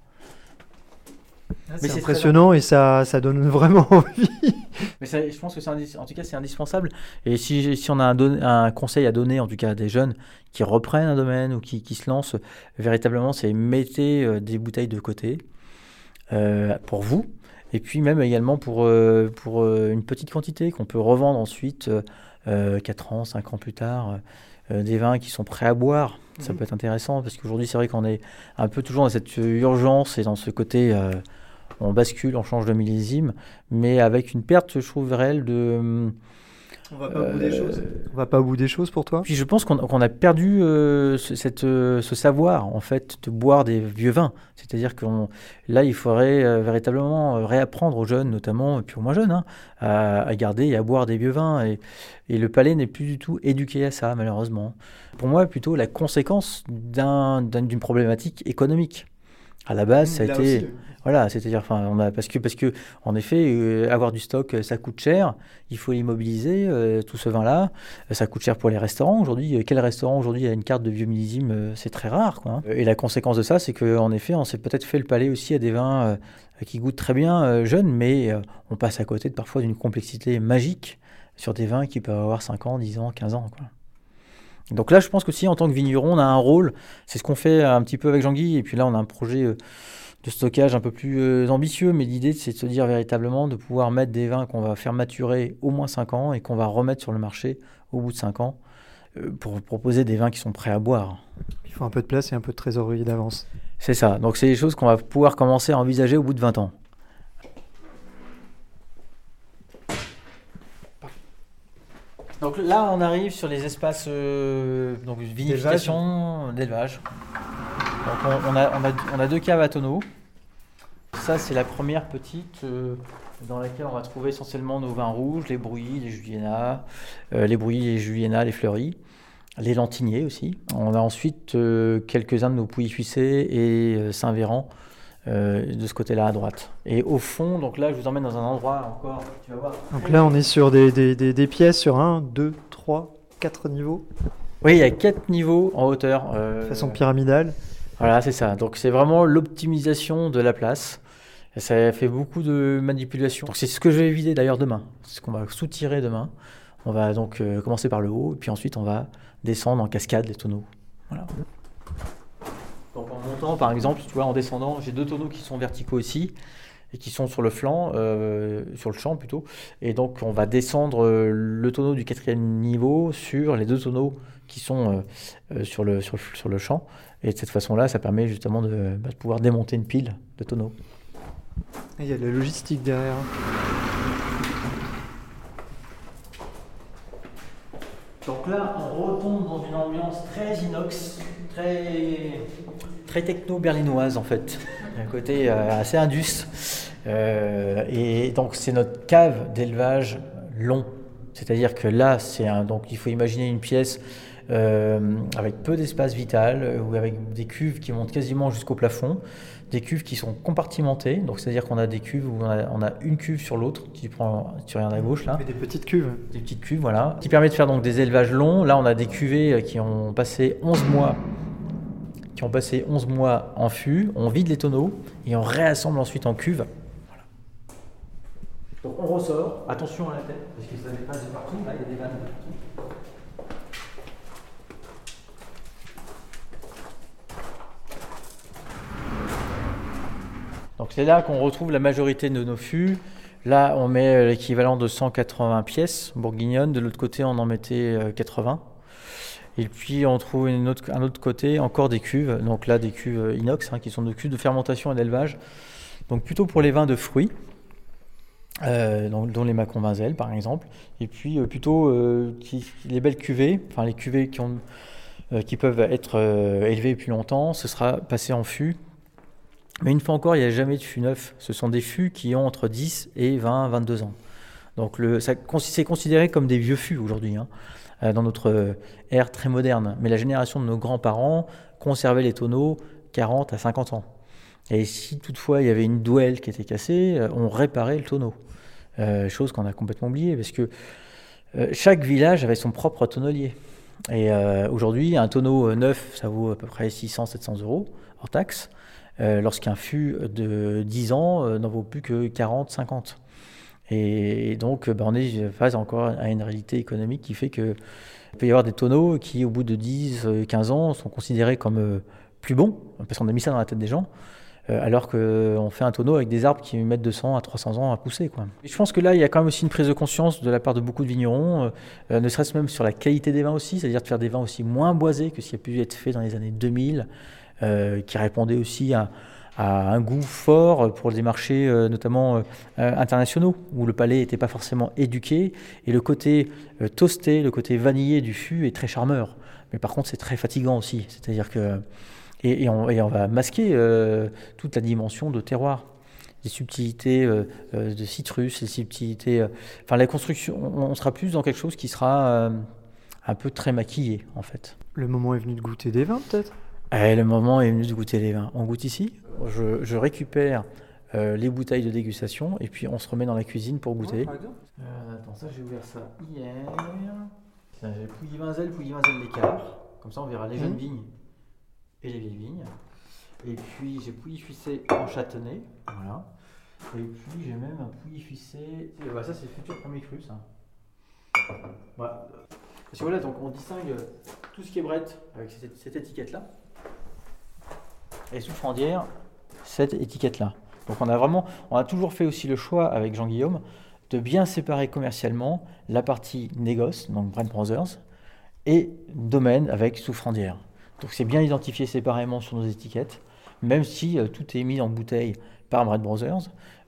Speaker 4: C'est
Speaker 5: c'est
Speaker 4: impressionnant et ça, ça donne vraiment envie.
Speaker 5: Mais ça, je pense que c'est indis- en tout cas c'est indispensable. Et si, si on a un, don- un conseil à donner en tout cas à des jeunes qui reprennent un domaine ou qui, qui se lancent, véritablement, c'est mettez euh, des bouteilles de côté euh, pour vous. Et puis même également pour, euh, pour euh, une petite quantité qu'on peut revendre ensuite euh, quatre ans, cinq ans plus tard. Euh, des vins qui sont prêts à boire, ça
Speaker 4: Mhm.
Speaker 5: peut être intéressant parce qu'aujourd'hui c'est vrai qu'on est un peu toujours dans cette urgence et dans ce côté euh, on bascule, on change de millésime, mais avec une perte je trouve réelle de...
Speaker 4: On va pas au bout des choses. On va pas au bout des choses pour toi.
Speaker 5: Puis je pense qu'on qu'on a perdu euh, ce, cette, euh, ce savoir en fait de boire des vieux vins. C'est-à-dire que là il faudrait euh, véritablement euh, réapprendre aux jeunes notamment, et puis aux moins jeunes, hein, à, à garder et à boire des vieux vins. Et, et le palais n'est plus du tout éduqué à ça malheureusement. Pour moi plutôt la conséquence d'un, d'un- d'une problématique économique. À la base ça a
Speaker 4: Là
Speaker 5: été...
Speaker 4: aussi,
Speaker 5: Voilà, c'est-à-dire, enfin, on a parce que parce que en effet, euh, avoir du stock, euh, ça coûte cher. Il faut immobiliser euh, tout ce vin-là. Euh, ça coûte cher pour les restaurants aujourd'hui. Euh, Quel restaurant aujourd'hui a une carte de vieux millésime? Euh, c'est très rare, quoi, hein. Euh, Et la conséquence de ça, c'est que en effet, on s'est peut-être fait le palais aussi à des vins euh, qui goûtent très bien euh, jeunes, mais euh, on passe à côté de parfois d'une complexité magique sur des vins qui peuvent avoir cinq ans, dix ans, quinze ans, quoi. Donc là, je pense qu'aussi en tant que vigneron, on a un rôle. C'est ce qu'on fait un petit peu avec Jean-Guy. Et puis là, on a un projet euh, de stockage un peu plus euh, ambitieux, mais l'idée c'est de se dire véritablement de pouvoir mettre des vins qu'on va faire maturer au moins cinq ans et qu'on va remettre sur le marché au bout de cinq ans euh, pour proposer des vins qui sont prêts à boire.
Speaker 4: il faut un peu de place et un peu de trésorerie d'avance.
Speaker 5: C'est ça, donc c'est des choses qu'on va pouvoir commencer à envisager au bout de vingt ans. Donc là on arrive sur les espaces euh, donc vinification, d'élevage. Donc on, on a, on, a, on a deux caves à tonneaux. ça, c'est la première petite euh, dans laquelle on va trouver essentiellement nos vins rouges, les brouillis, les juliénas, euh, les brouillis, les juliénas, les fleuris, les lantiniers aussi. On a ensuite euh, quelques-uns de nos Pouilly-Fuissé et euh, Saint-Véran euh, de ce côté-là à droite. Et au fond, donc là, je vous emmène dans un endroit encore, tu vas voir.
Speaker 4: Donc là, on est sur des, des, des, des pièces sur un, deux, trois, quatre niveaux.
Speaker 5: Oui, il y a quatre niveaux en hauteur. Euh,
Speaker 4: De façon pyramidale.
Speaker 5: Voilà, c'est ça. Donc c'est vraiment l'optimisation de la place. Et ça fait beaucoup de manipulation. Donc c'est ce que je vais vider d'ailleurs demain. C'est ce qu'on va soutirer demain. On va donc euh, commencer par le haut, et puis ensuite on va descendre en cascade les tonneaux. Voilà. Donc en montant, par exemple, tu vois, en descendant, j'ai deux tonneaux qui sont verticaux ici et qui sont sur le flanc, euh, sur le champ plutôt. Et donc on va descendre euh, le tonneau du quatrième niveau sur les deux tonneaux qui sont euh, euh, sur, le, sur, sur le champ. Et de cette façon-là, ça permet justement de, bah, de pouvoir démonter une pile de tonneaux.
Speaker 4: Et il y a de la logistique derrière.
Speaker 5: Donc là, on retombe dans une ambiance très inox, très, très techno-berlinoise en fait. Un côté euh, assez indus. Euh, et donc c'est notre cave d'élevage long. C'est-à-dire que là, c'est un, donc il faut imaginer une pièce euh, avec peu d'espace vital, euh, ou avec des cuves qui montent quasiment jusqu'au plafond, des cuves qui sont compartimentées. Donc c'est-à-dire qu'on a des cuves où on a, on a une cuve sur l'autre. Tu prends, tu regardes à gauche là.
Speaker 4: Mais des petites cuves.
Speaker 5: Des petites cuves, voilà. Qui permet de faire donc des élevages longs. Là, on a des cuvées qui ont passé onze mois, qui ont passé onze mois en fût. On vide les tonneaux et on réassemble ensuite en cuve. Voilà. Donc on ressort. Attention à la tête parce que ça dépasse de partout. Là, il y a des vannes de partout. Donc c'est là qu'on retrouve la majorité de nos fûts. Là, on met l'équivalent de cent quatre-vingts pièces bourguignonnes. De l'autre côté, on en mettait quatre-vingts. Et puis, on trouve une autre, un autre côté, encore des cuves. Donc là, des cuves inox, hein, qui sont des cuves de fermentation et d'élevage. Donc plutôt pour les vins de fruits, euh, dont, dont les Mâcon Vinzel, par exemple. Et puis euh, plutôt euh, qui, les belles cuvées, enfin les cuvées qui, ont, euh, qui peuvent être euh, élevées plus longtemps, ce sera passé en fût. Mais une fois encore, il n'y a jamais de fût neuf. Ce sont des fûts qui ont entre dix et vingt, vingt-deux ans. Donc le, ça, c'est considéré comme des vieux fûts aujourd'hui, hein, dans notre ère très moderne. Mais la génération de nos grands-parents conservait les tonneaux quarante à cinquante ans. Et si toutefois il y avait une douelle qui était cassée, on réparait le tonneau. Euh, chose qu'on a complètement oubliée, parce que euh, chaque village avait son propre tonnelier. Et euh, aujourd'hui, un tonneau neuf, ça vaut à peu près six cents à sept cents euros hors taxe. Euh, lorsqu'un fût de dix ans euh, n'en vaut plus que quarante à cinquante. Et, et donc, bah, on est face encore à une réalité économique qui fait qu'il peut y avoir des tonneaux qui, au bout de dix à quinze ans, sont considérés comme euh, plus bons, parce qu'on a mis ça dans la tête des gens, euh, alors qu'on fait un tonneau avec des arbres qui mettent deux cents à trois cents ans à pousser, quoi. Et je pense que là, il y a quand même aussi une prise de conscience de la part de beaucoup de vignerons, euh, ne serait-ce même sur la qualité des vins aussi, c'est-à-dire de faire des vins aussi moins boisés que ce qui a pu être fait dans les années deux mille, Euh, qui répondait aussi à, à un goût fort pour des marchés euh, notamment euh, internationaux, où le palais n'était pas forcément éduqué, et le côté euh, toasté, le côté vanillé du fût est très charmeur. Mais par contre, c'est très fatigant aussi, c'est-à-dire que et, et, on, et on va masquer euh, toute la dimension de terroir, les subtilités euh, euh, de citrus, les subtilités, euh, enfin la construction, on, on sera plus dans quelque chose qui sera euh, un peu très maquillé en fait.
Speaker 4: Le moment est venu de goûter des vins peut-être ?
Speaker 5: Et le moment est venu de goûter les vins. On goûte ici. Je, je récupère euh, les bouteilles de dégustation et puis on se remet dans la cuisine pour goûter. Euh, attends, ça j'ai ouvert ça hier. J'ai Pouilly Vinzel, Pouilly Vinzel l'écart. Comme ça on verra les jeunes mmh. vignes et les vieilles vignes. Et puis j'ai Pouilly-Fuissé en châtenay. Voilà. Et puis j'ai même un Pouilly-Fuissé. Bah, ça c'est le futur premier cru ça. Voilà. Parce que voilà, donc on distingue tout ce qui est brette avec cette, cette étiquette-là. Et Souffrandière, cette étiquette-là. Donc on a vraiment, on a toujours fait aussi le choix avec Jean-Guillaume de bien séparer commercialement la partie négoce, donc Brent Brothers, et domaine avec Souffrandière. Donc c'est bien identifié séparément sur nos étiquettes, même si euh, tout est mis en bouteille par Brent Brothers.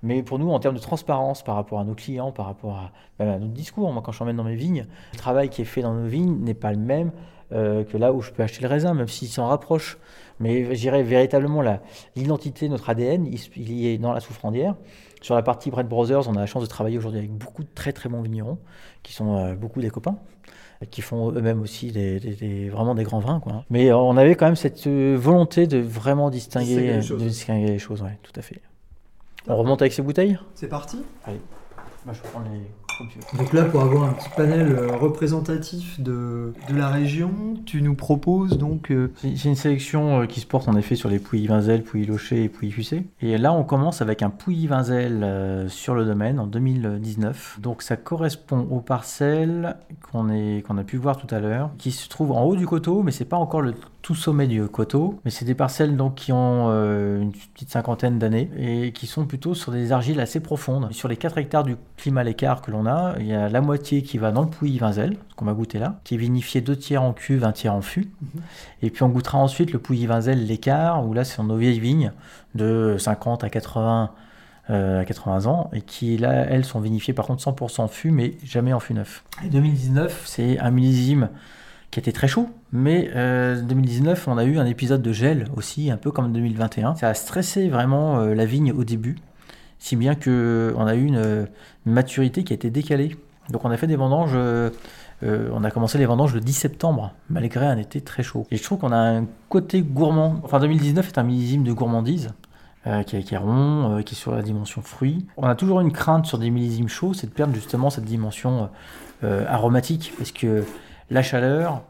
Speaker 5: Mais pour nous, en termes de transparence par rapport à nos clients, par rapport à, même à notre discours, moi quand j'emmène dans mes vignes, le travail qui est fait dans nos vignes n'est pas le même euh, que là où je peux acheter le raisin, même s'il s'en rapproche. Mais je dirais véritablement la, l'identité, notre A D N, il, il est dans la Souffrandière. Sur la partie Brett Brothers, on a la chance de travailler aujourd'hui avec beaucoup de très très bons vignerons, qui sont euh, beaucoup des copains, qui font eux-mêmes aussi des, des, des, vraiment des grands vins, quoi. Mais on avait quand même cette volonté de vraiment distinguer, distinguer les choses, de distinguer les choses, ouais, tout à fait. On remonte avec ces bouteilles ?
Speaker 4: C'est parti ?
Speaker 5: Allez, bah, je vais prendre les...
Speaker 4: Donc là, pour avoir un petit panel représentatif de, de la région, tu nous proposes donc... Euh...
Speaker 5: C'est une sélection qui se porte en effet sur les Pouilly-Vinzel, Pouilly-Locher et Pouilly-Fuissé. Et là, on commence avec un Pouilly-Vinzel euh, sur le domaine en deux mille dix-neuf. Donc ça correspond aux parcelles qu'on est, qu'on a pu voir tout à l'heure, qui se trouvent en haut du coteau, mais c'est pas encore le tout sommet du coteau. Mais c'est des parcelles donc, qui ont euh, une petite cinquantaine d'années et qui sont plutôt sur des argiles assez profondes. Sur les quatre hectares du climat l'écart que l'on a, il y a la moitié qui va dans le Pouilly-Vinzel, ce qu'on va goûter là, qui est vinifié deux tiers en cuve, un tiers en fût. Mmh. Et puis on goûtera ensuite le Pouilly-Vinzel l'écart, où là c'est nos vieilles vignes de cinquante à quatre-vingts, euh, à quatre-vingts ans, et qui là, elles sont vinifiées par contre cent pour cent fût, mais jamais en fût neuf. Et deux mille dix-neuf, c'est un millésime qui était très chaud, mais euh, deux mille dix-neuf, on a eu un épisode de gel aussi, un peu comme deux mille vingt et un. Ça a stressé vraiment euh, la vigne au début, si bien qu'on a eu une, une maturité qui a été décalée. Donc on a fait des vendanges, euh, euh, on a commencé les vendanges le dix septembre, malgré un été très chaud. Et je trouve qu'on a un côté gourmand. Enfin deux mille dix-neuf est un millésime de gourmandise, euh, qui, est, qui est rond, euh, qui est sur la dimension fruit. On a toujours une crainte sur des millésimes chauds, c'est de perdre justement cette dimension euh, aromatique, parce que la chaleur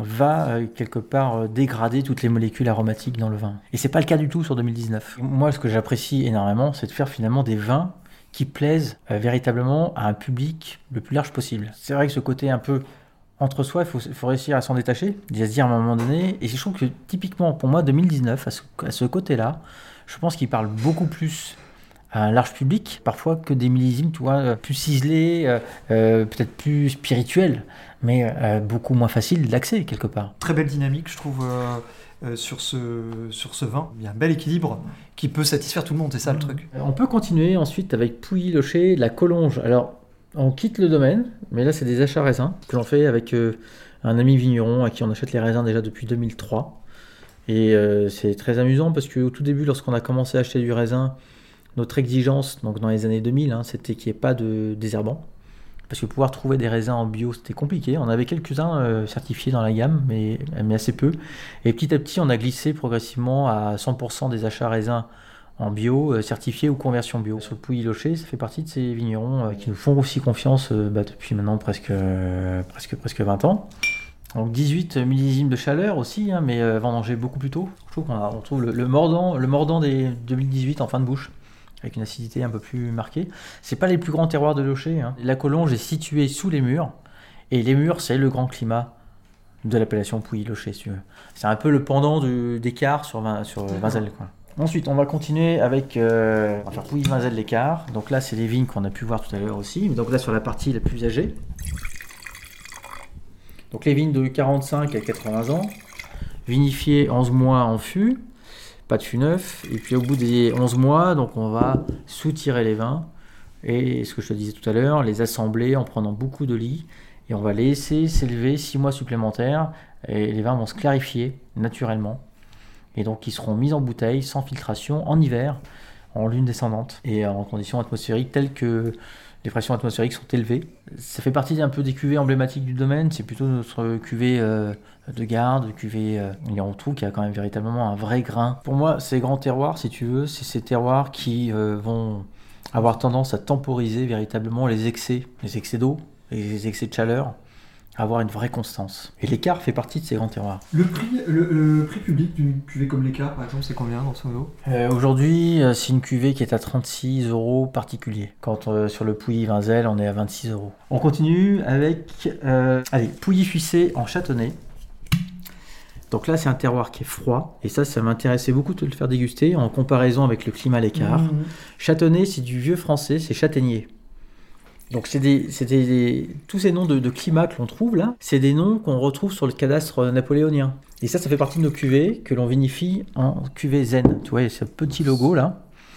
Speaker 5: va euh, quelque part euh, dégrader toutes les molécules aromatiques dans le vin. Et c'est pas le cas du tout sur deux mille dix-neuf. Moi, ce que j'apprécie énormément, c'est de faire finalement des vins qui plaisent euh, véritablement à un public le plus large possible. C'est vrai que ce côté un peu entre soi, il faut, faut réussir à s'en détacher, à se dire à un moment donné, et je trouve que typiquement pour moi deux mille dix-neuf, à ce, à ce côté-là, je pense qu'il parle beaucoup plus à un large public, parfois que des millésimes, tu vois, plus ciselés, euh, euh, peut-être plus spirituels, mais euh, beaucoup moins faciles d'accès quelque part.
Speaker 4: Très belle dynamique, je trouve, euh, euh, sur, ce, sur ce vin. Il y a un bel équilibre qui peut satisfaire tout le monde, c'est ça le truc.
Speaker 5: On peut continuer ensuite avec Pouilly-Locher, la Collonges. Alors, on quitte le domaine, mais là c'est des achats raisins que l'on fait avec euh, un ami vigneron à qui on achète les raisins déjà depuis deux mille trois. Et euh, c'est très amusant parce qu'au tout début, lorsqu'on a commencé à acheter du raisin, notre exigence, donc dans les années deux mille, hein, c'était qu'il n'y ait pas de désherbant. Parce que pouvoir trouver des raisins en bio, c'était compliqué. On avait quelques-uns euh, certifiés dans la gamme, mais, mais assez peu. Et petit à petit, on a glissé progressivement à cent pour cent des achats raisins en bio, euh, certifiés ou conversion bio. Sur le Pouilly-Locher, ça fait partie de ces vignerons euh, qui nous font aussi confiance euh, bah, depuis maintenant presque, euh, presque, presque vingt ans. Donc dix-huit millésimes de chaleur aussi, hein, mais euh, vendangé beaucoup plus tôt. Je trouve qu'on a, on trouve le, le mordant, le mordant des deux mille dix-huit en fin de bouche, avec une acidité un peu plus marquée. C'est pas les plus grands terroirs de Locher, hein. La Collonges est située sous les murs, et les murs, c'est le grand climat de l'appellation Pouilly-Locher, si tu veux. C'est un peu le pendant du, d'écart sur, sur Vinzel, quoi. Ensuite, on va continuer avec euh, on va faire Pouilly-Vinzel l'écart. Donc là, c'est les vignes qu'on a pu voir tout à l'heure aussi. Donc là, sur la partie la plus âgée. Donc les vignes de quarante-cinq à quatre-vingts ans, vinifiées onze mois en fût, pas de fût neuf, et puis au bout des onze mois, donc on va soutirer les vins, et ce que je te disais tout à l'heure, les assembler en prenant beaucoup de lit, et on va laisser s'élever six mois supplémentaires, et les vins vont se clarifier naturellement, et donc ils seront mis en bouteille, sans filtration, en hiver, en lune descendante, et en conditions atmosphériques telles que les pressions atmosphériques sont élevées. Ça fait partie un peu des cuvées emblématiques du domaine, c'est plutôt notre cuvée euh, de garde, cuvée, euh, et on trouve qu'il y a quand même véritablement un vrai grain. Pour moi, ces grands terroirs, si tu veux, c'est ces terroirs qui euh, vont avoir tendance à temporiser véritablement les excès, les excès d'eau, les excès de chaleur, avoir une vraie constance. Et l'écart fait partie de ces grands terroirs.
Speaker 4: Le prix, le, le prix public d'une cuvée comme l'écart, par exemple, c'est combien dans ce modo ?
Speaker 5: euh, Aujourd'hui, c'est une cuvée qui est à trente-six euros particulier. Quand euh, sur le Pouilly-Vinzel, on est à vingt-six euros. On continue avec euh, allez, Pouilly-Fuissé en châtonnay. Donc là, c'est un terroir qui est froid. Et ça, ça m'intéressait beaucoup de le faire déguster en comparaison avec le climat l'écart. Mmh. Châtonnay, c'est du vieux français, c'est châtaignier. Donc c'est des, c'est des, des, tous ces noms de, de climat que l'on trouve là, c'est des noms qu'on retrouve sur le cadastre napoléonien. Et ça, ça fait partie de nos cuvées que l'on vinifie en cuvée zen. Tu vois, il y a ce petit logo là.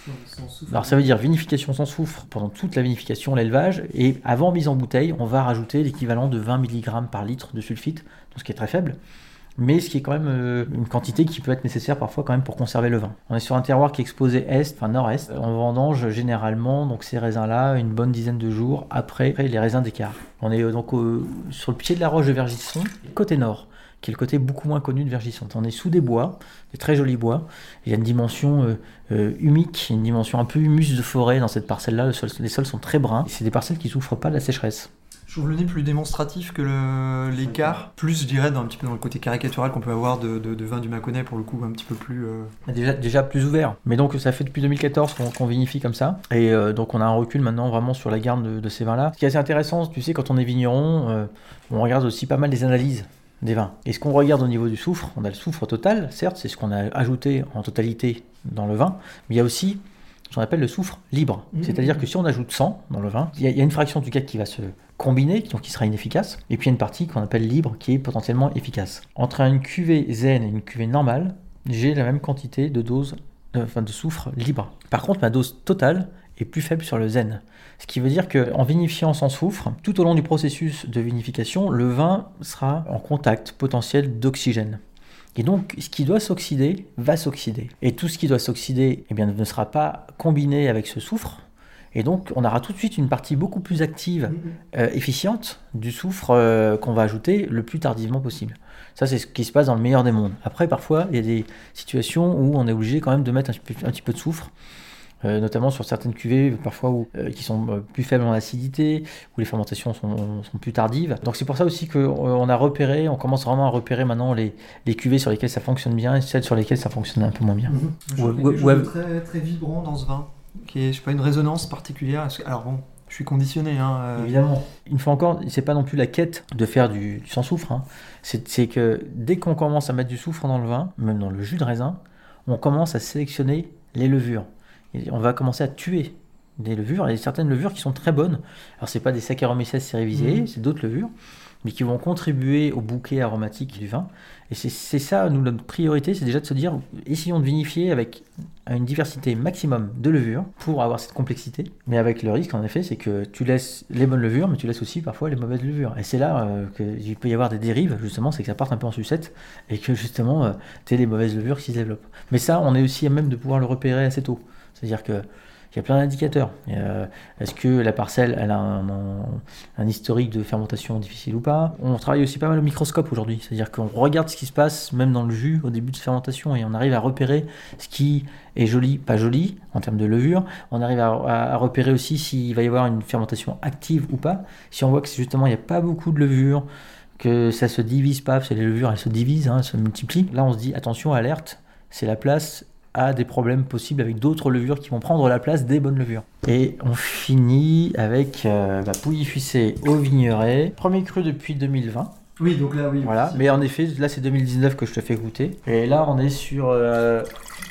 Speaker 5: Alors ça veut dire vinification sans soufre pendant toute la vinification, l'élevage, et avant mise en bouteille, on va rajouter l'équivalent de vingt milligrammes par litre de sulfite, donc ce qui est très faible, mais ce qui est quand même euh, une quantité qui peut être nécessaire parfois quand même pour conserver le vin. On est sur un terroir qui est exposé est, enfin nord-est. On vendange généralement donc ces raisins-là une bonne dizaine de jours après, après les raisins d'écart. On est euh, donc euh, sur le pied de la roche de Vergisson, côté nord, qui est le côté beaucoup moins connu de Vergisson. On est sous des bois, des très jolis bois. Il y a une dimension euh, euh, humique, une dimension un peu humus de forêt dans cette parcelle-là. Le sol, les sols sont très bruns. C'est des parcelles qui ne souffrent pas de la sécheresse.
Speaker 4: Je trouve le nez plus démonstratif que le, l'écart, plus je dirais dans, un petit peu dans le côté caricatural qu'on peut avoir de, de, de vin du Mâconnais, pour le coup un petit peu plus... Euh...
Speaker 5: Déjà, déjà plus ouvert, mais donc ça fait depuis deux mille quatorze qu'on, qu'on vinifie comme ça, et euh, donc on a un recul maintenant vraiment sur la garde de, de ces vins-là. Ce qui est assez intéressant, tu sais, quand on est vigneron, euh, on regarde aussi pas mal les analyses des vins. Et ce qu'on regarde au niveau du soufre, on a le soufre total, certes, c'est ce qu'on a ajouté en totalité dans le vin, mais il y a aussi ce qu'on appelle le soufre libre. Mmh. C'est-à-dire que si on ajoute cent dans le vin, il y, y a une fraction du cas qui va se combiner, donc qui sera inefficace, et puis il y a une partie qu'on appelle libre qui est potentiellement efficace. Entre une cuvée zen et une cuvée normale, j'ai la même quantité de dose, de, enfin de soufre libre. Par contre, ma dose totale est plus faible sur le zen. Ce qui veut dire qu'en vinifiant sans soufre, tout au long du processus de vinification, le vin sera en contact potentiel d'oxygène. Et donc, ce qui doit s'oxyder va s'oxyder. Et tout ce qui doit s'oxyder eh bien, ne sera pas combiné avec ce soufre. Et donc, on aura tout de suite une partie beaucoup plus active, euh, efficiente du soufre euh, qu'on va ajouter le plus tardivement possible. Ça, c'est ce qui se passe dans le meilleur des mondes. Après, parfois, il y a des situations où on est obligé quand même de mettre un petit peu, un petit peu de soufre. Euh, notamment sur certaines cuvées parfois où, euh, qui sont euh, plus faibles en acidité, où les fermentations sont, sont plus tardives. Donc c'est pour ça aussi qu'on euh, a repéré, on commence vraiment à repérer maintenant les, les cuvées sur lesquelles ça fonctionne bien et celles sur lesquelles ça fonctionne un peu moins bien.
Speaker 4: Mmh. Je trouve quelque chose de très, très vibrant dans ce vin, qui est, je sais pas, une résonance particulière. Alors bon, je suis conditionné. Hein, euh...
Speaker 5: Évidemment. Une fois encore, c'est pas non plus la quête de faire du, du sans soufre. Hein. C'est, c'est que dès qu'on commence à mettre du soufre dans le vin, même dans le jus de raisin, on commence à sélectionner les levures. Et on va commencer à tuer des levures, et certaines levures qui sont très bonnes. Alors c'est pas des Saccharomyces cerevisiae, mmh. c'est d'autres levures, mais qui vont contribuer au bouquet aromatique du vin. Et c'est, c'est ça, nous, notre priorité, c'est déjà de se dire, essayons de vinifier avec une diversité maximum de levures pour avoir cette complexité. Mais avec le risque, en effet, c'est que tu laisses les bonnes levures, mais tu laisses aussi parfois les mauvaises levures. Et c'est là euh, qu'il peut y avoir des dérives, justement, c'est que ça parte un peu en sucette, et que justement, euh, tu aies les mauvaises levures qui se développent. Mais ça, on est aussi à même de pouvoir le repérer assez tôt. C'est-à-dire qu'il y a plein d'indicateurs. Euh, est-ce que la parcelle elle a un, un, un historique de fermentation difficile ou pas ? On travaille aussi pas mal au microscope aujourd'hui. C'est-à-dire qu'on regarde ce qui se passe même dans le jus au début de fermentation et on arrive à repérer ce qui est joli, pas joli en termes de levure. On arrive à, à, à repérer aussi s'il va y avoir une fermentation active ou pas. Si on voit que justement il n'y a pas beaucoup de levure, que ça se divise pas, parce que les levures elles se divisent, hein, elles se multiplient. Là on se dit attention, alerte, c'est la place à des problèmes possibles avec d'autres levures qui vont prendre la place des bonnes levures. Et on finit avec euh, bah, Pouilly-Fuissé au Vigneret. Premier cru depuis deux mille vingt.
Speaker 4: Oui, donc là, oui.
Speaker 5: Voilà, mais en effet, là c'est deux mille dix-neuf que je te fais goûter. Et là on est sur euh,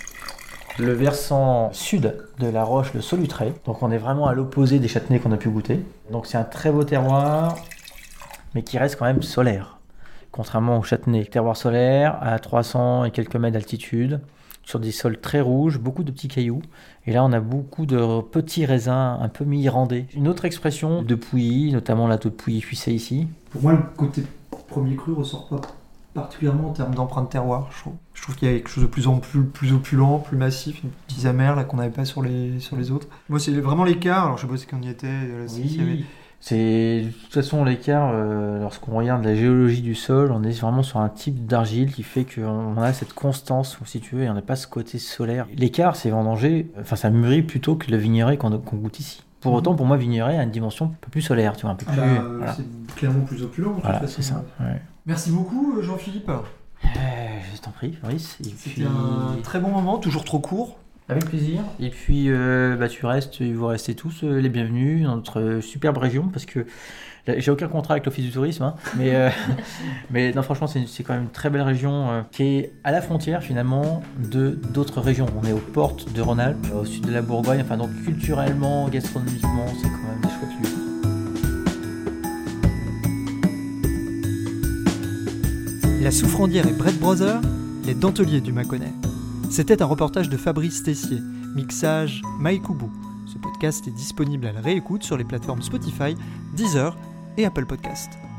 Speaker 5: le versant sud de la roche de Solutré. Donc on est vraiment à l'opposé des châtenaies qu'on a pu goûter. Donc c'est un très beau terroir, mais qui reste quand même solaire. Contrairement au châtenay. Terroir solaire à trois cents et quelques mètres d'altitude, sur des sols très rouges, beaucoup de petits cailloux. Et là, on a beaucoup de petits raisins un peu mi-irlandais. Une autre expression de Pouilly, notamment la de Pouilly-Fuissé ici.
Speaker 4: Pour moi, le côté premier cru ressort pas particulièrement en termes d'empreinte terroir. Je trouve, je trouve qu'il y a quelque chose de plus en plus, plus opulent, plus massif, des petits amers là, qu'on n'avait pas sur les, sur les autres. Moi, c'est vraiment l'écart. Alors, je sais pas si on y était. Là,
Speaker 5: oui.
Speaker 4: Il y avait...
Speaker 5: C'est de toute façon l'écart, euh, lorsqu'on regarde la géologie du sol, on est vraiment sur un type d'argile qui fait qu'on a cette constance, si tu veux, et on n'a pas ce côté solaire. L'écart, c'est vendangé, enfin ça mûrit plutôt que le Vigneret qu'on, qu'on goûte ici. Pour autant, pour moi, Vigneret a une dimension un peu plus solaire, tu vois, un peu
Speaker 4: ah
Speaker 5: plus...
Speaker 4: bah,
Speaker 5: voilà.
Speaker 4: C'est clairement plus opulent.
Speaker 5: Voilà,
Speaker 4: toute façon.
Speaker 5: c'est ça. Ouais.
Speaker 4: Merci beaucoup, Jean-Philippe.
Speaker 5: Euh, je t'en prie, Maurice. Et
Speaker 4: C'était
Speaker 5: puis...
Speaker 4: un très bon moment, toujours trop court.
Speaker 5: Avec plaisir. Et puis, euh, bah, tu restes, vous restez tous euh, les bienvenus dans notre euh, superbe région, parce que là, j'ai aucun contrat avec l'Office du tourisme, hein, mais, euh, mais non, franchement, c'est, c'est quand même une très belle région euh, qui est à la frontière finalement de d'autres régions. On est aux portes de Rhône-Alpes, au sud de la Bourgogne, enfin donc culturellement, gastronomiquement, c'est quand même des chouettes lieux.
Speaker 4: La Souffrandière et Brett Brothers, les denteliers du Mâconnais. C'était un reportage de Fabrice Tessier, Mixage Mike Koubou. Ce podcast est disponible à la réécoute sur les plateformes Spotify, Deezer et Apple Podcast.